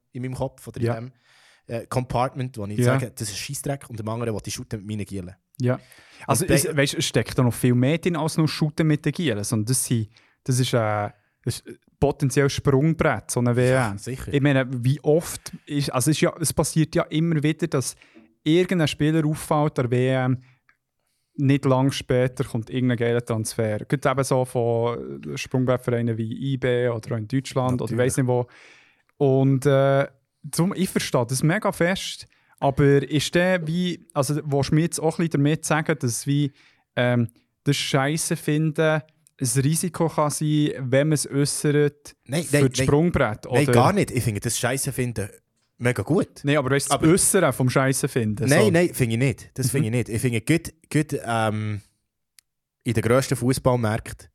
in meinem Kopf oder Ja. in dem äh, Compartment, wo ich Ja. sage, das ist ein Scheissdreck und dem anderen will ich shooten mit meinen Gielen. Ja. Also, Und es, bei- weißt, es steckt da noch viel mehr drin als nur Shooten mit den Gielen. Sondern das, sind, das ist ein potenziell Sprungbrett, so eine W M. Ja, sicher. Ich meine, wie oft ist, also es, ist ja, es passiert ja immer wieder, dass irgendein Spieler auffällt der W M, nicht lange später kommt irgendein geiler Transfer. Gibt eben so von Sprungbrettvereinen wie I B oder auch in Deutschland oder Natürlich. weiss nicht wo. Und äh, zum, ich verstehe das mega fest. Aber ist der wie, also willst du mir jetzt auch ein bisschen damit sagen, dass wie ähm, das Scheiße finden ein Risiko kann sein, wenn man es äußert Nein, für nein, das nein. Sprungbrett? Oder? Nein, gar nicht. Ich finde das Scheiße finden mega gut. Nein, aber weißt du, das Aber- Äußern vom Scheiße finden? Nein, so. nein, finde ich nicht. Das Mhm. finde ich nicht. Ich finde, gut, gut, ähm, in den grössten Fußballmärkten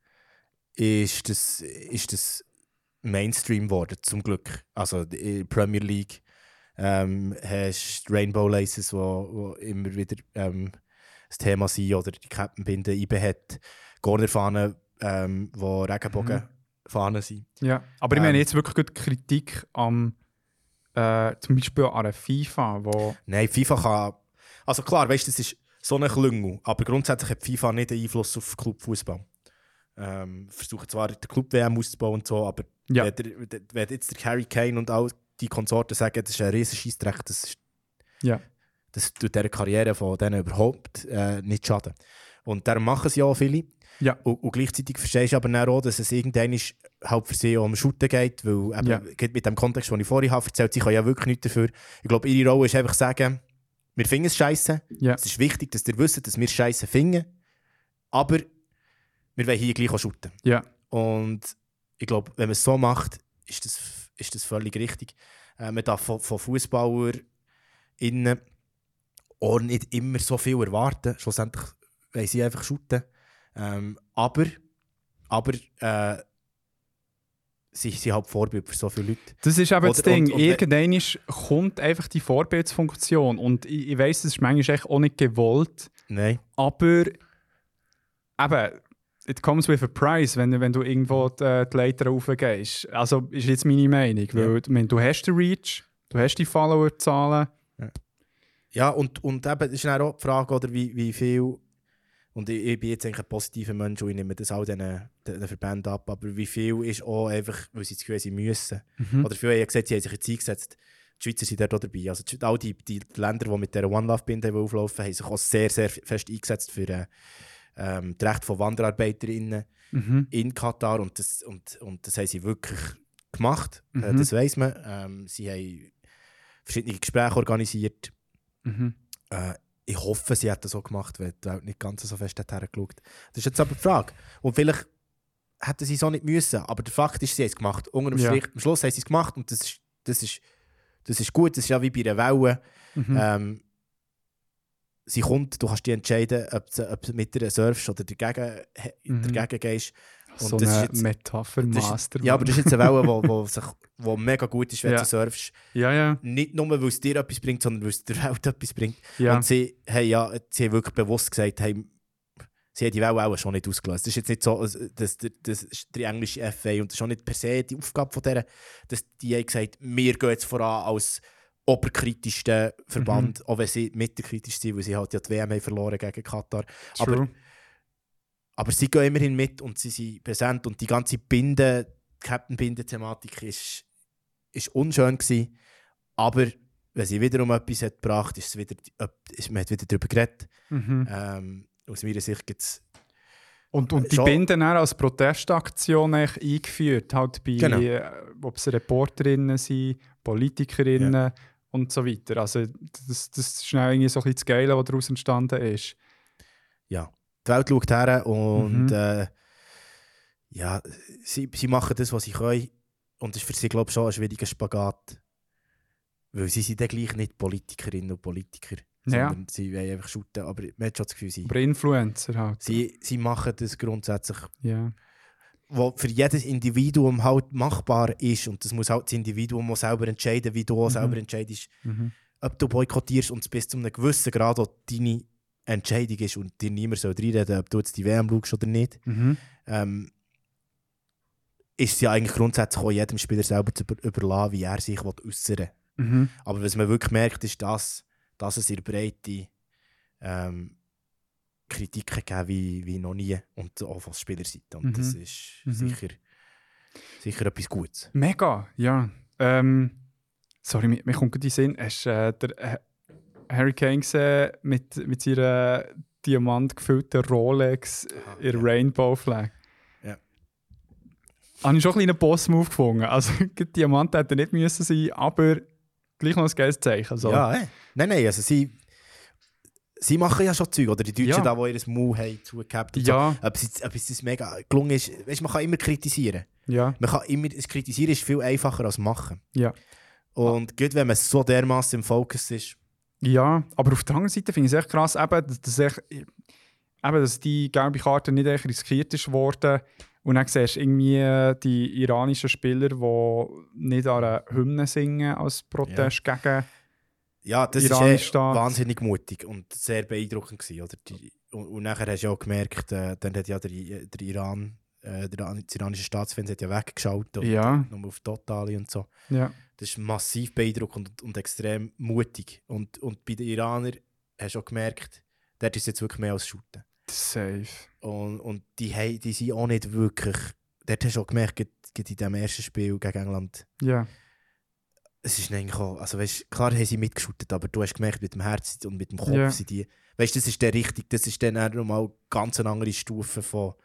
ist das, ist das Mainstream geworden, zum Glück. Also in der Premier League ähm, hast du Rainbow Laces, wo, wo immer wieder ähm, das Thema sind, oder die Kettenbinde I B hat Cornerfahnen, ähm, wo Regenbogenfahnen sind. Ja, aber ich meine Ähm, jetzt wirklich gut Kritik am äh, zum Beispiel an der FIFA, wo Nein, FIFA kann. Also klar, weißt du, das ist so ein Klüngel, aber grundsätzlich hat FIFA nicht einen Einfluss auf Clubfußball. Ähm, versuchen zwar den Club-W M auszubauen und so, aber Ja. wenn, der, wenn jetzt der Harry Kane und all die Konsorten sagen, das ist ein riesen Scheissdreck, das, ist- ja, das tut dieser Karriere von denen überhaupt äh, nicht schaden. Und darum machen sie auch viele. Ja. Und, und gleichzeitig verstehst du aber dann auch, dass es irgendwann ist, halt für sie auch um Shooten geht, weil eben, Ja. gerade mit dem Kontext, den ich vorhin habe erzählt, sie können ja wirklich nichts dafür. Ich glaube, ihre Rolle ist einfach sagen, wir finden es scheisse. ja, Es ist wichtig, dass ihr wisst, dass wir Scheiße finden. Aber wir wollen hier gleich auch shooten. ja, Und ich glaube, wenn man es so macht, ist das, ist das völlig richtig. Äh, man darf von, von Fußballern innen auch nicht immer so viel erwarten. Schlussendlich wollen sie einfach shooten. Ähm, aber aber äh, sie sind halt Vorbild für so viele Leute. das ist eben das Oder- Ding. und- und- Irgendwann kommt einfach die Vorbildsfunktion und ich, ich weiss, das ist manchmal echt auch nicht gewollt, Nein. aber eben, it comes with a price, wenn, wenn du irgendwo die, die Leiter raufgehst. Also ist jetzt meine Meinung, weil ich meine, du hast den Reach, du hast die Followerzahlen. Ja, und, und eben, das ist dann auch die Frage, oder, wie, wie viel. Und ich, ich bin jetzt eigentlich ein positiver Mensch und ich nehme das auch diesen, diesen Verbänden ab. Aber wie viel ist auch einfach, weil sie das Gefühl haben, sie müssen. Mhm. Oder viele haben gesagt, sie haben sich jetzt eingesetzt. Die Schweizer sind dort auch dabei. Also die, all die, die Länder, die mit dieser One-Love-Binde auflaufen, haben sich auch sehr, sehr fest eingesetzt für äh, ähm, das Recht von WanderarbeiterInnen Mhm. in Katar. Und das, und, und das haben sie wirklich gemacht. Äh, Mhm. das weiss man. Ähm, sie haben verschiedene Gespräche organisiert. Mhm. Äh, ich hoffe, sie hat das so gemacht, weil die Welt nicht ganz so fest hergeschaut. Das ist jetzt aber die Frage. Und vielleicht hätten sie es auch nicht müssen, aber der Fakt ist, sie haben es gemacht. Unter dem Ja. Strich, am Schluss haben sie es gemacht und das ist, das ist, das ist gut. Das ist ja wie bei einer Welle. Mhm. Ähm, sie kommt, du kannst dich entscheiden, ob du, ob du mit ihr surfst oder dagegen, he- Mhm. dagegen gehst. Und so das ist eine jetzt- Metapher-Master. Ja, aber das ist jetzt eine Welle, die wo, wo, sich- wo mega gut ist, wenn Ja. du surfst. Ja, ja. Nicht nur, weil es dir etwas bringt, sondern weil es der Welt etwas bringt. ja. Und sie haben ja sie haben wirklich bewusst gesagt, hey, sie haben die Welle auch schon nicht ausgelöst. Das ist jetzt nicht so, das, das, das ist die englische F A und das ist auch nicht per se die Aufgabe von der, dass die haben gesagt, wir gehen jetzt voran als oberkritischster Verband, Mhm. auch wenn sie mittelkritisch sind, weil sie halt ja die W M haben verloren gegen Katar. True. Aber, aber sie gehen immerhin mit und sie sind präsent und die ganze Binde, Captain-Binde-Thematik ist, ist unschön gewesen. Aber wenn sie wiederum etwas hat gebracht, ist es wieder, ist, man hat wieder darüber geredet. Mhm. Ähm, aus meiner Sicht gibt es Und, und die Schon- Binden dann als Protestaktion eigentlich eingeführt, halt bei, Genau. äh, ob es Reporterinnen sind, Politikerinnen und so weiter. Also das, das ist schnell irgendwie so ein bisschen das Geile, was daraus entstanden ist. ja, die Welt schaut her und Mhm. äh, ja, sie, sie machen das, was sie können. Und das ist für sie, glaube ich, schon ein schwieriger Spagat. Weil sie sind dann gleich nicht Politikerinnen und Politiker, Ja. sondern sie wollen einfach shooten. Aber man hat schon das Gefühl, sie, Aber Influencer halt. sie, sie machen das grundsätzlich, Ja. was für jedes Individuum halt machbar ist. Und das muss halt das Individuum auch selber entscheiden, wie du auch Mhm. selber entscheidest, Mhm. ob du boykottierst und es bis zu einem gewissen Grad auch deine Entscheidung ist und dir niemand soll reinreden, ob du jetzt die W M schaust oder nicht. Mhm. Ähm, ist es ja eigentlich grundsätzlich auch jedem Spieler selber zu über- überlassen, wie er sich äußern will. Mhm. Aber was man wirklich merkt, ist, dass, dass es in der Breite ähm, Kritiken gegeben wie, wie noch nie und auch von Spielerseite. Und Mhm. das ist Mhm. sicher, sicher etwas Gutes. Mega, ja. Ähm, sorry, mir, mir kommt gerade in den Sinn, hast du äh, der äh, Harry Kane gesehen mit, mit seiner diamantgefüllten Rolex Aha, in ja. Rainbow Flag? Ja. Habe ich schon einen kleinen Boss-Move gefunden. Also, Diamant hätte nicht müssen sein, aber gleich noch ein geiles Zeichen. So. Ja, eh. Nein, nein, also sie, sie machen ja schon Zeug, oder die Deutschen, Ja. da, die ihr Move haben zugehabt und Ja. so. Ob es, jetzt- ob es das mega gelungen ist, weißt, man kann immer kritisieren. Ja, Man kann immer, das Kritisieren ist viel einfacher als machen. ja. Und gerade wenn man so dermaßen im Fokus ist, Ja, aber auf der anderen Seite finde ich es echt krass, eben, dass, dass, echt, eben, dass die gelbe Karte nicht echt riskiert ist worden. Und dann siehst du irgendwie äh, die iranischen Spieler, die nicht an einer Hymne singen als Protest gegen... ja, das Iranisch ist eh Staat. wahnsinnig mutig und sehr beeindruckend gewesen, oder? Die, und, und nachher hast du ja auch gemerkt, äh, dann hat ja der, der Iran, äh, der, Iran- das iranische Staatsfernsehen hat ja weggeschaut und Ja. nur auf Totale und so. Ja, Das ist massiv beeindruckend und, und extrem mutig. Und, und bei den Iranern hast du auch gemerkt, dort ist es jetzt wirklich mehr als Shooten. safe. Und, und die, hei- die sind auch nicht wirklich... Dort hast du auch gemerkt, gerade- gerade in diesem ersten Spiel gegen England, Ja, es ist eigentlich auch... Also weißt, klar haben sie mitgeschootet, aber du hast gemerkt, mit dem Herz und mit dem Kopf Ja. sind die... Weißt du, das ist der richtig... Das ist dann auch nochmal ganz eine andere Stufe von...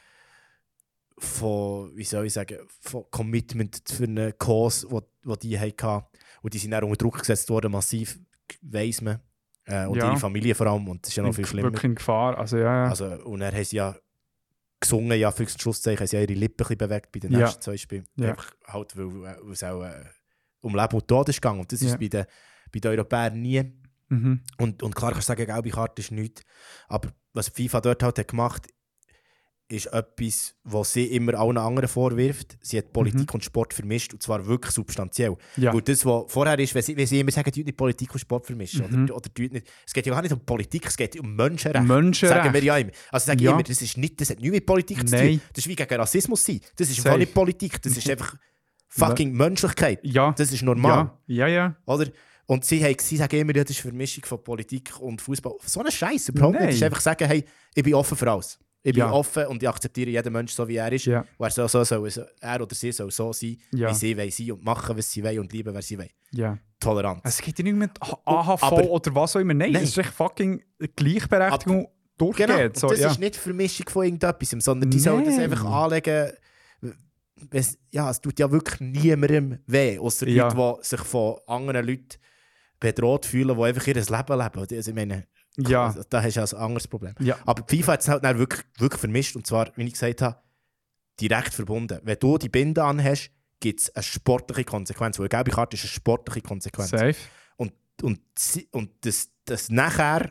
von, wie soll ich sagen, von Commitment für eine Cause, wo, wo die hatten. Und die sind dann unter Druck gesetzt worden, massiv, weiss man. Äh, und Ja. ihre Familie vor allem, und das ist ja noch viel in- schlimmer. wirklich in Gefahr. Also ja, ja. Also, und dann haben sie ja gesungen, ja, für das Schlusszeichen, haben sie ja ihre Lippen ein bisschen bewegt bei den Ja. nächsten zwei Spielen. Ja. Einfach halt, weil, weil es auch äh, um Leben und Tod ist gegangen. Und das ist Ja. bei den, bei den Europäern nie. Mhm. Und, und klar kannst du sagen, gelbe Karte ist nichts. Aber was FIFA dort halt hat gemacht, ist etwas, was sie immer allen anderen vorwirft. Sie hat Politik Mhm. und Sport vermischt, und zwar wirklich substanziell. Ja. Weil das, was vorher ist, wenn sie, wenn sie immer sagen, tut nicht Politik und Sport vermischen. Mhm. Oder, oder tut nicht, es geht ja gar nicht um Politik, es geht um Menschenrechte. Menschenrechte. Sagen wir ja immer. Also sagen Ja. immer, das, ist nicht, das hat nichts mit Politik zu Nein. tun. Das ist wie gegen Rassismus sein. Das ist Safe. gar nicht Politik, das ist einfach fucking Menschlichkeit. Ja. Das ist normal. Ja, ja, ja. Oder? Und sie, haben, sie sagen immer, ja, das ist eine Vermischung von Politik und Fußball. So ein Scheiß überhaupt Nein. nicht. Das ist einfach sagen, hey, ich bin offen für alles. Ich bin Ja. offen und ich akzeptiere jeden Menschen so, wie er ist. Ja. Und er, soll, so, soll, so, er oder sie soll so sein, Ja. wie sie wollen sein und machen, was sie wollen und lieben, wer sie wollen. Ja. Toleranz. Es geht ja nicht mit A H V Aber- oder was auch immer. Nein, Nein. es ist echt fucking Gleichberechtigung durchgeht. Genau, und So, das ja. ist nicht Vermischung von irgendetwas, sondern die sollen das Nein. einfach anlegen. Es, ja, es tut ja wirklich niemandem weh, außer Ja. Leute, die sich von anderen Leuten bedroht fühlen, die einfach ihr Leben leben. Also ich meine, Ja. da hast du ja ein anderes Problem. Ja. Aber die FIFA hat es halt dann wirklich, wirklich vermischt, und zwar, wie ich gesagt habe, direkt verbunden. Wenn du die Binde anhast, gibt es eine sportliche Konsequenz. Weil eine gelbe Karte ist eine sportliche Konsequenz. Safe. Und, und, sie- und das, das nachher,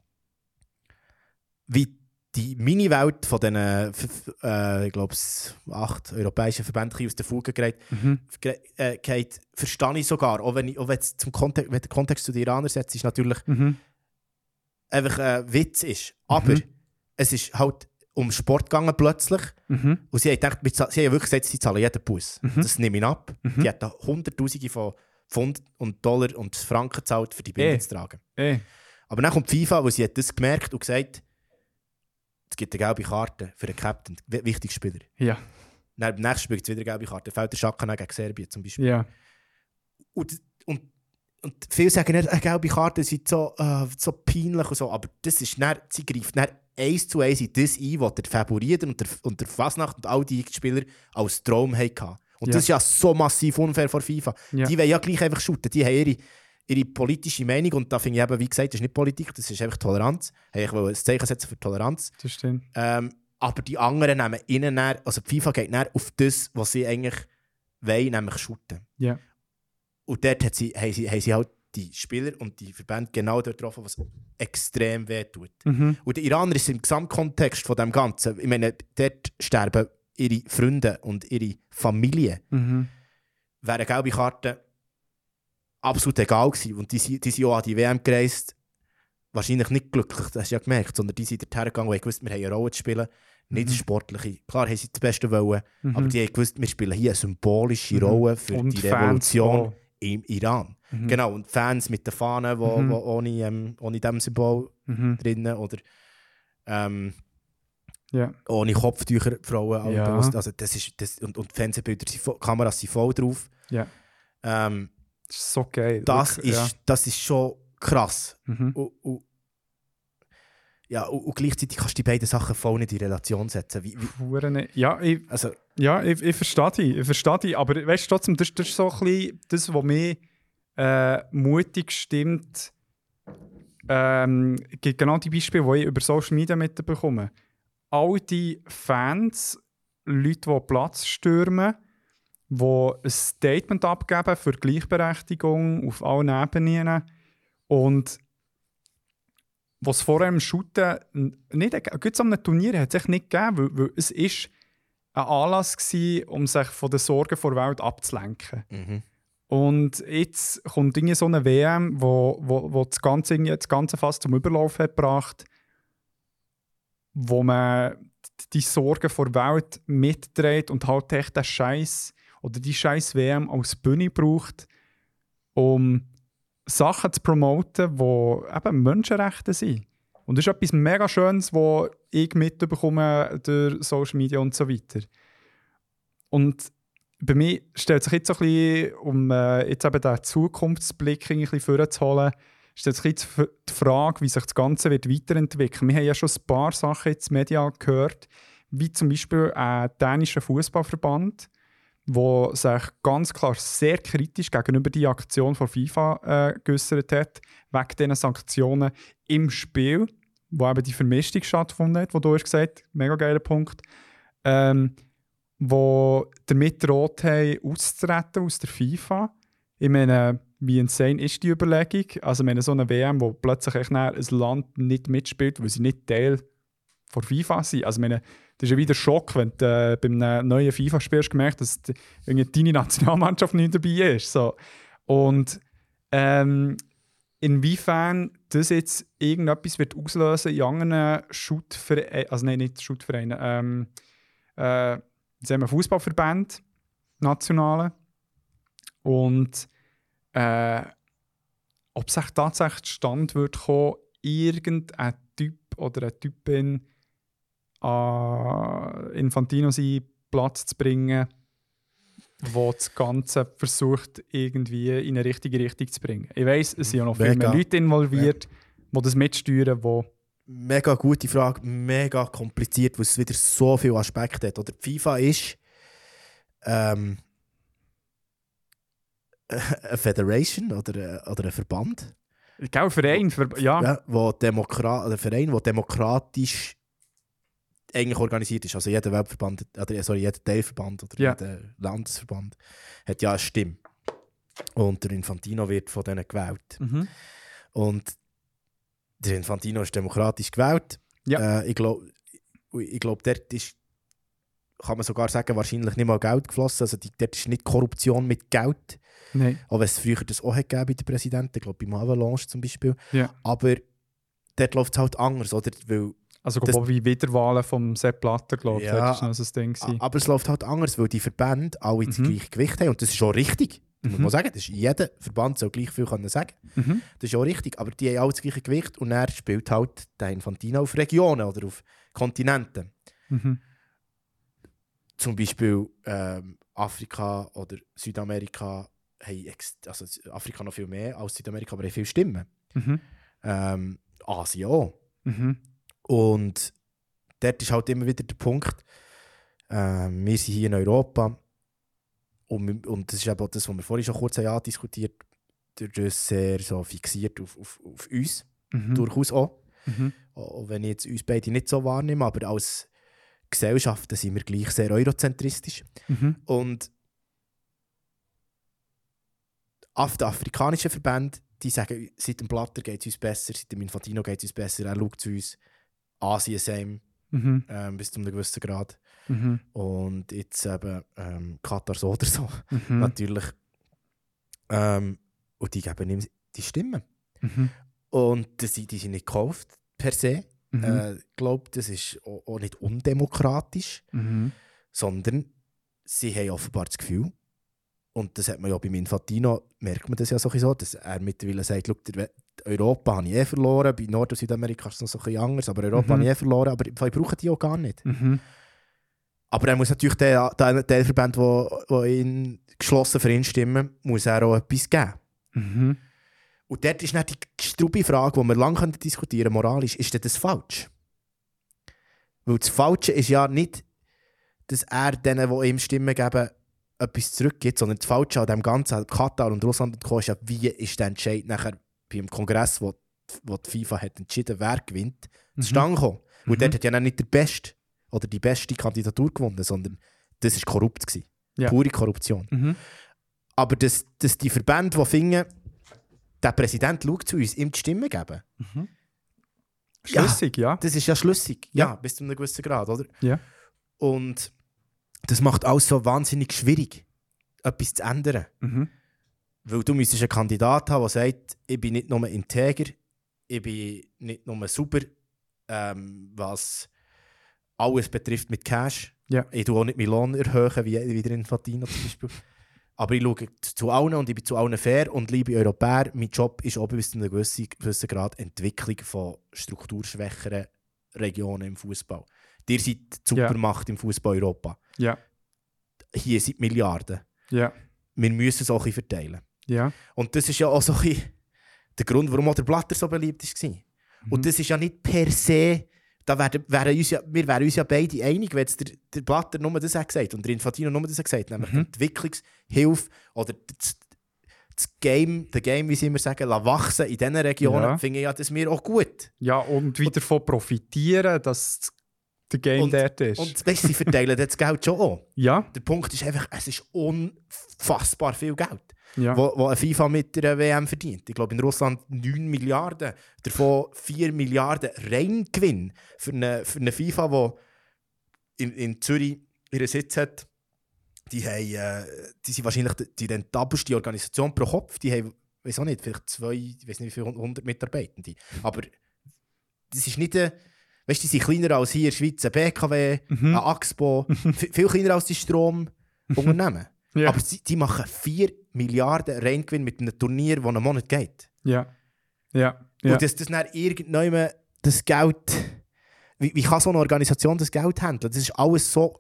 wie die Mini-Welt von diesen, äh, ich glaube, acht europäischen Verbänden aus der Fuge gerät, Mhm. ge- äh, geht, verstehe ich sogar. Auch wenn, ich, auch wenn, es zum Kontext, wenn der Kontext zu den Iranern setzt, ist natürlich Mhm. einfach ein Witz ist. Aber Mhm. es ist halt um Sport gegangen plötzlich. Mhm. Und sie haben, gedacht, wir zahl- sie haben wirklich gesagt, sie zahlen jeden Bus. Mhm. Das nehme ich ab. Mhm. Die hätten Hunderttausende von Pfund und Dollar und Franken gezahlt, für die Binde Eh. zu tragen. Ey. Aber dann kommt die FIFA, wo sie hat das gemerkt und gesagt, es gibt eine gelbe Karte für den Captain, w- wichtiger Spieler. Ja. Dann beim nächsten Spiel gibt es wieder eine gelbe Karte. Fällt der Schakana gegen Serbien zum Beispiel. Ja. Und, und, und viele sagen nicht, eine gelbe Karte sind so, äh, so peinlich und so, aber das ist dann, sie greift dann eins zu eins in das ein, was der Favoriten und der, und der Fasnacht und all die Spieler als Traum hatten. Und Ja. das ist ja so massiv unfair von FIFA. Ja. Die wollen ja gleich einfach shooten. Die haben ihre, ihre politische Meinung, und da finde ich eben, wie gesagt, das ist nicht Politik, das ist einfach Toleranz. Ich will ein Zeichen setzen für Toleranz. Das stimmt. Ähm, aber die anderen nehmen innen dann, also die FIFA geht dann auf das, was sie eigentlich wollen, nämlich shooten. Ja. Und dort hat sie, haben, sie, haben sie halt die Spieler und die Verbände genau dort getroffen, was extrem weh tut. Mhm. Und der Iraner ist im Gesamtkontext von dem Ganzen, ich meine, dort sterben ihre Freunde und ihre Familie. Mhm. Wäre eine gelbe Karte absolut egal gewesen. Und die, sind- die sind auch an die W M gereist, wahrscheinlich nicht glücklich, das hast du ja gemerkt, sondern die sind dorthin gegangen und haben gewusst, wir haben eine Rolle zu spielen. nicht Mhm. das Sportliche. Klar haben sie das Beste wollen, Mhm. aber die haben gewusst, wir spielen hier eine symbolische Mhm. Rolle für Und die Fans Revolution auch. im Iran. Mhm. Genau, und Fans mit den Fahnen, wo, Mhm. wo ohne, ähm, ohne diesem Symbol Mhm. drinnen oder ähm, Ja. ohne Kopftücher die Frauen. alle Ja. bewusst. Also das ist, das, und, und die Fernsehbilder, sind voll, Kameras sind voll drauf. Ja. Ähm, Das ist so geil. das, Wirklich, ist, das ist schon krass. Ja. Mhm. Und, und, ja, und, und gleichzeitig kannst du die beiden Sachen voll nicht in Relation setzen. Wie, wie, Hure nicht. Ja, ich, also, ja, ich, ich verstehe dich. Ich verstehe dich. Aber weißt du trotzdem, das, das ist so ein bisschen das, was mich äh, mutig stimmt. Ähm, es gibt genau die Beispiele, die ich über Social Media mitbekomme. All die Fans, Leute, die Platz stürmen, die ein Statement abgeben für Gleichberechtigung auf allen Ebenen und was vorher im Shooten nicht gut an einem Turnier hat es sich nicht gegeben, weil, weil es ist ein Anlass war, um sich von den Sorgen der Welt abzulenken. mhm. Und jetzt kommt irgendwie so eine W M, wo, wo, wo das, Ganze, irgendwie- das Ganze fast zum Überlauf hat gebracht, wo man die Sorgen der Welt mitträgt und halt echt den Scheiß oder die scheiß W M als Bühne braucht, um Sachen zu promoten, die eben Menschenrechte sind. Und das ist etwas mega Schönes, was ich mitbekomme durch Social Media und so weiter. Und bei mir stellt sich jetzt so ein bisschen, um äh, jetzt eben den Zukunftsblick ein bisschen vorzuholen, stellt sich jetzt die Frage, wie sich das Ganze wird weiterentwickeln. Wir haben ja schon ein paar Sachen jetzt medial gehört, wie zum Beispiel ein dänischer Fußballverband, der sich ganz klar sehr kritisch gegenüber die Aktion von FIFA äh, geäußert hat, wegen diesen Sanktionen im Spiel, wo eben die Vermischung stattgefunden hat, wo du hast gesagt, mega geiler Punkt, ähm, wo damit droht haben, auszutreten aus der FIFA. Ich meine, wie insane ist die Überlegung? Also ich meine, so eine W M, wo plötzlich echt ein Land nicht mitspielt, weil sie nicht Teil von FIFA sind. Also ich meine, das ist ja wieder ein Schock, wenn du äh, bei einem neuen FIFA-Spiel hast gemerkt, dass die, deine Nationalmannschaft nicht dabei ist. So. Und ähm, inwiefern das jetzt irgendetwas wird auslösen in anderen Shootvereinen, also nein, nicht Shootvereinen, ähm, äh, sagen wir Fußballverbände, nationale. Und äh, ob es echt tatsächlich zustande wird kommen, irgendein Typ oder eine Typin an Infantino seinen Platz zu bringen, wo das Ganze versucht, irgendwie in eine richtige Richtung zu bringen. Ich weiss, es sind ja noch viel Mega. mehr Leute involviert, die das mitsteuern, die Mega gute Frage, mega kompliziert, weil es wieder so viele Aspekte hat. Oder die FIFA ist ähm, eine Federation oder, oder ein Verband, ich glaube, Verein, für, ja. ja, wo Demokra ein Verein, der demokratisch eigentlich organisiert ist. Also jeder Weltverband, oder sorry, jeder Teilverband oder Ja. jeder Landesverband hat ja eine Stimme. Und der Infantino wird von denen gewählt. Mhm. Und der Infantino ist demokratisch gewählt. Ja. Äh, ich glaube, ich glaub, dort ist, kann man sogar sagen, wahrscheinlich nicht mal Geld geflossen. Also die, dort ist nicht Korruption mit Geld. Nein. Auch wenn es früher das auch hat gegeben bei den Präsidenten, ich glaube bei Avalanche zum Beispiel. Ja. Aber dort läuft es halt anders, oder? Weil, Also Das- das, wie Wiederwahlen vom Sepp Blatter, glaube ich, Ja, das war noch so ein Ding. gewesen. aber es läuft halt anders, weil die Verbände alle das Mhm. gleiche Gewicht haben. Und das ist auch richtig. Das muss Mhm. man sagen. Das ist, jeder Verband soll gleich viel können sagen. Mhm. Das ist auch richtig. Aber die haben alle das gleiche Gewicht und er spielt halt der Infantino auf Regionen oder auf Kontinenten. Mhm. Zum Beispiel ähm, Afrika oder Südamerika haben ex- also Afrika noch viel mehr als Südamerika, aber haben viele Stimmen. Mhm. Ähm, Asien auch. Mhm. Und dort ist halt immer wieder der Punkt, ähm, wir sind hier in Europa und, wir- und das ist eben auch das, was wir vorhin schon kurz haben diskutiert haben, das ist sehr so fixiert auf, auf, auf uns, Mhm. durchaus auch. Mhm. Auch wenn ich jetzt uns beide nicht so wahrnehme, aber als Gesellschaften sind wir gleich sehr eurozentristisch. Mhm. Und auf den afrikanischen Verbänden, die sagen, seit dem Blatter geht es uns besser, seit dem Infantino geht es uns besser, er schaut zu uns. Asien same, Mhm. ähm, bis zu einem gewissen Grad. Mhm. Und jetzt eben ähm, Katar so oder so, Mhm. natürlich. Ähm, und die geben ihm die Stimmen. Mhm. Und die, sind- die sind nicht gekauft, per se. Mhm. Äh, ich glaube, das ist auch, auch nicht undemokratisch, Mhm. sondern sie haben offenbar das Gefühl, und das hat man ja bei Infantino, merkt man das ja so, dass er mittlerweile sagt, schau, Europa habe ich eh verloren, bei Nord- und Südamerika ist es noch so ein bisschen anders, aber Europa Mhm. habe ich eh verloren, aber ich brauche die auch gar nicht. Mhm. Aber er muss natürlich der, der, der Verband, der ihn geschlossen für ihn stimmen, muss er auch etwas geben. Mhm. Und dort ist nicht die strube Frage, die wir lange diskutieren können, moralisch, ist das falsch? Weil das Falsche ist ja nicht, dass er denen, die ihm Stimmen geben, etwas zurückgibt, sondern das Falsche an dem Ganzen, Katar und Russland und Co. ist ja, wie ist der Entscheid nachher beim Kongress, wo, wo die FIFA hat entschieden, wer gewinnt, Mhm. zustande gekommen. Und Mhm. dort hat ja dann nicht der Beste oder die beste Kandidatur gewonnen, sondern das war korrupt gewesen. Ja. Pure Korruption. Mhm. Aber dass, dass die Verbände, die finden, der Präsident schaut zu uns, ihm die Stimme geben, Mhm. Schlüssig, ja. das ist ja schlüssig. Ja, Ja. bis zu einem gewissen Grad, oder? Ja. Und das macht alles so wahnsinnig schwierig, etwas zu ändern. Mhm. Weil du müsstest einen Kandidat haben, der sagt, ich bin nicht nur integer, ich bin nicht nur sauber, ähm, was alles betrifft mit Cash. Ja. Ich tue auch nicht meinen Lohn erhöhen, wie, wie der Infantino zum Beispiel. Aber ich schaue zu allen und ich bin zu allen fair und liebe Europäer. Mein Job ist auch bis zu einem gewissen, gewissen Grad Entwicklung von strukturschwächeren Regionen im Fußball. Ihr seid die Supermacht im Fußball Europa. Ja. Hier sind Milliarden. Ja. Wir müssen es auch ein bisschen verteilen. Ja. Und das ist ja auch so ein bisschen der Grund, warum auch der Blatter so beliebt war. Mhm. Und das ist ja nicht per se, da wären, wären uns ja, wir wären uns ja beide einig, wenn jetzt der, der Blatter nur das hat gesagt und der Infantino nur das hat gesagt, nämlich Mhm. Entwicklungshilfe oder das, das Game, der Game, wie sie immer sagen, la wachsen in diesen Regionen, Ja. finde ich ja das mir auch gut. Ja, und wieder davon profitieren, dass der Game Und- dort ist. Und weißt, sie verteilen das Geld schon auch. ja. Der Punkt ist einfach, es ist unfassbar viel Geld. Ja. Wo, wo eine FIFA mit der W M verdient. Ich glaube in Russland neun Milliarden, davon vier Milliarden Reingewinn für eine, für eine FIFA, die in, in Zürich ihren Sitz hat. Die, haben, äh, die sind wahrscheinlich die, die rentabelste Organisation pro Kopf. Die haben, ich weiß auch nicht, vielleicht zwei, ich weiß nicht wie viele hundert Mitarbeitende. Aber das ist nicht eine, weißt, die sind kleiner als hier in der Schweiz, ein B K W, Mhm. ein Axpo, v- viel kleiner als die Stromunternehmen. Ja. Aber sie, die machen vier Milliarden Reingewinn mit einem Turnier, das einen Monat geht. Ja. Ja. Ja. Und dass das dann irgendjemand das Geld... Wie, wie kann so eine Organisation das Geld handeln? Das ist alles so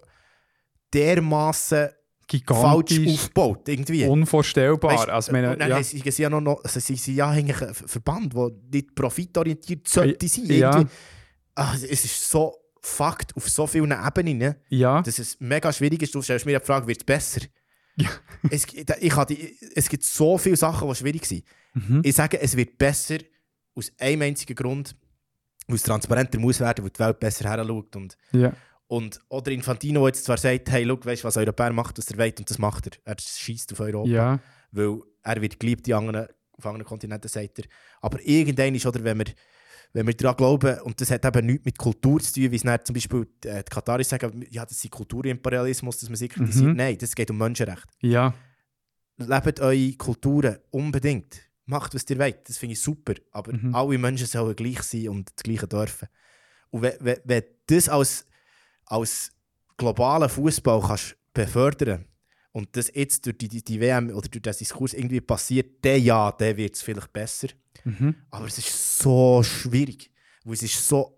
dermaßen falsch Gigantisch. aufgebaut. Irgendwie. Unvorstellbar. Weißt, also, meine, und dann ja. haben sie, sie ja noch, noch also sie sind ja eigentlich ein Verband, der nicht profitorientiert sollte sein. Ja. Irgendwie. Ach, es ist so Fakt auf so vielen Ebenen, ne? ja. dass es mega schwierig ist. Du stellst mir die Frage, wird es besser? Ja. es, ich hatte, es gibt so viele Sachen, die schwierig sind. Mhm. Ich sage, es wird besser aus einem einzigen Grund, weil es transparenter muss werden, weil die Welt besser heranschaut. Und, Ja. und oder Infantino, der jetzt zwar sagt, hey, schau, weißt du, was Europäer macht, was er will, und das macht er. Er schießt auf Europa, Ja. weil er wird geliebt in anderen, auf anderen Kontinenten, sagt er. Aber irgendwann ist, oder, wenn wir, wenn wir daran glauben, und das hat eben nichts mit Kultur zu tun, wie es dann zum Beispiel die, äh, die Kataris sagen, ja, das ist Kulturimperialismus, dass man sich kritisiert. Mhm. Nein, das geht um Menschenrechte. Ja. Lebt eure Kulturen unbedingt. Macht, was ihr wollt. Das finde ich super. Aber Mhm. alle Menschen sollen gleich sein und das Gleiche dürfen. Und wenn, wenn, wenn das als, als globalen Fußball kannst befördern und das jetzt durch die, die, die W M oder durch diesen Diskurs irgendwie passiert, dann ja, dann wird es vielleicht besser. Mhm. Aber es ist so schwierig. Weil es ist so...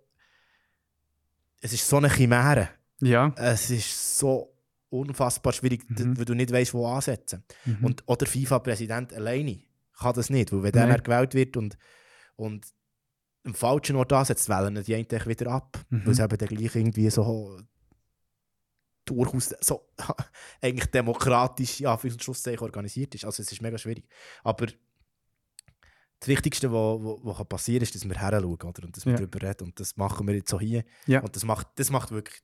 Es ist so eine Chimäre. Ja. Es ist so unfassbar schwierig, Mhm. weil du nicht weißt, wo ansetzen. Mhm. Und auch der FIFA-Präsident alleine kann das nicht, weil wenn der Nein. dann gewählt wird und, und am falschen Ort ansetzt, wählen die eigentlich wieder ab. Mhm. Weil es eben dann gleich irgendwie so durchaus so eigentlich demokratisch ja, für Schlusszeichen organisiert ist. Also es ist mega schwierig. Aber das Wichtigste, was wo, wo passieren kann, ist, dass wir heranschauen, oder? Und dass wir Ja. darüber reden. Und das machen wir jetzt so hier. Ja. Und das macht, das macht wirklich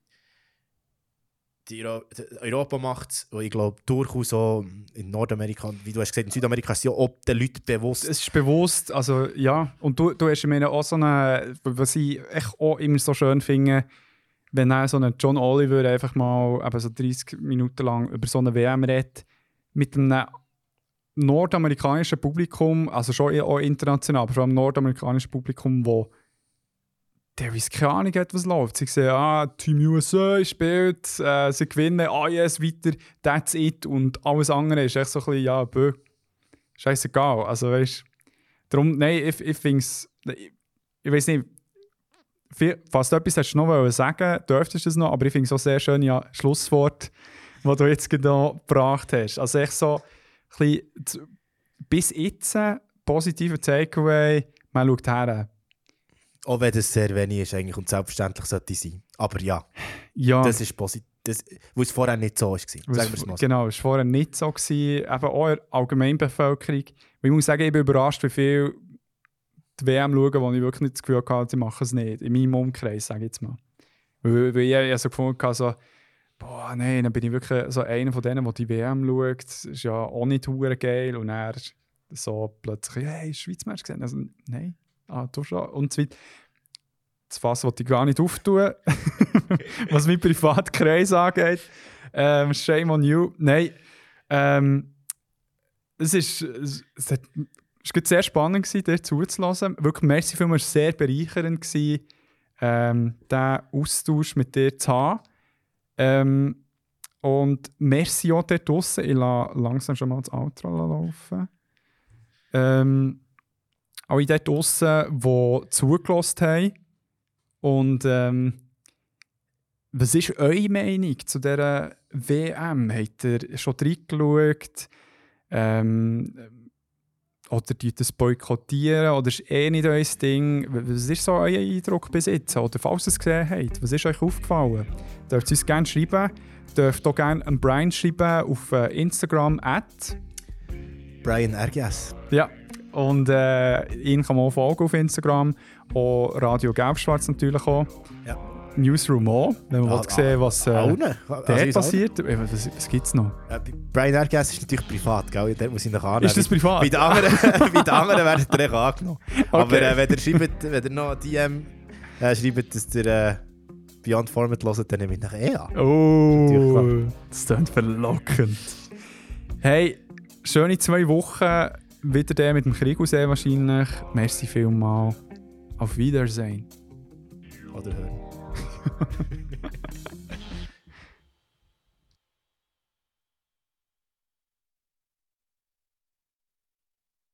die Euro die Europa macht es. Und ich glaube durchaus auch in Nordamerika, wie du hast gesagt, in Südamerika ist es ja auch den Leuten bewusst. Es ist bewusst, also ja, und du, du hast mir auch so eine, was ich echt auch immer so schön finde, wenn er so einen John Oliver einfach mal eben so dreißig Minuten lang über so eine W M redet, mit einem nordamerikanischen Publikum, also schon auch international, aber vor allem nordamerikanischen Publikum, wo der weiß keine Ahnung hat, was läuft. Sie sehen, ah, Team U S A spielt, äh, sie gewinnen, ah yes, weiter, that's it. Und alles andere ist echt so ein bisschen, ja, bö, scheißegal. Also weißt, darum, nein, ich, ich finde es, ich, ich weiß nicht, falls du etwas hast du noch sagen, dürftest du es noch, aber ich finde es auch sehr schön, ja, Schlusswort, das du jetzt genau gebracht hast. Also echt so ein bisschen, bis jetzt positiver Takeaway, man schaut her. Auch wenn das sehr wenig ist eigentlich und selbstverständlich sollte sein. Aber ja, ja. das ist positiv, weil es vorher nicht so war. Sagen wir es mal so. Genau, es war vorher nicht so. Gewesen. Eben auch in der Allgemeinbevölkerung. Ich muss sagen, ich bin überrascht, wie viel die W M schauen, wo ich wirklich nicht das Gefühl hatte, sie machen es nicht. In meinem Umkreis, sage ich jetzt mal. Weil, weil ich, ich so gefunden habe, so, boah, nein, dann bin ich wirklich so einer von denen, der die W M schaut. Das ist ja auch nicht verdammt geil. Und er so plötzlich, hey, Schweiz-Match gesehen? Also, nein, ah, du schon. Und so weiter. Das Fass wollte ich gar nicht auftun, was mein Privatkreis angeht. Ähm, shame on you. Nein, ähm, es ist, es, es hat, es war sehr spannend, dir zuzulassen. Wirklich, merci vielmals, es war sehr bereichernd, gewesen, ähm, diesen Austausch mit dir zu haben. Ähm, und merci auch dort draussen. Ich lasse langsam schon mal das Outro laufen. Ähm, alle dort draussen, die zugelassen haben. Und ähm, was ist eure Meinung zu dieser W M? Habt ihr schon reingeschaut? Ähm, oder tut ihr es boykottieren? Oder ist eh nicht euer Ding? Was ist so euer Eindruck bis jetzt? Oder falls ihr es gesehen habt, was ist euch aufgefallen? Dürft ihr uns gerne schreiben. Dürft auch gerne an Brian schreiben auf Instagram at Brian R G S. Ja, und äh, ihn kann man auch folgen auf Instagram. Auch Radio Gelb-Schwarz natürlich auch. Ja. Newsroom auch, wenn man Ja, will sehen, was äh, also dort passiert. Äh, Was, was gibt es noch? Äh, Brian R G S ist natürlich privat, gell? Dort muss ich noch annehmen. Ist das privat? Bei den anderen, bei den anderen werden ihr echt angenommen. Okay. Aber äh, wenn ihr schreibt, wenn ihr noch D M äh, schreibt, dass ihr äh, Beyond Format hört, dann nehme ich nachher eh an. Oh, das klingt verlockend. Hey, schöne zwei Wochen. Wieder der mit dem Krieg sehr wahrscheinlich. Merci vielmals. Auf Wiedersehen. Oder hören.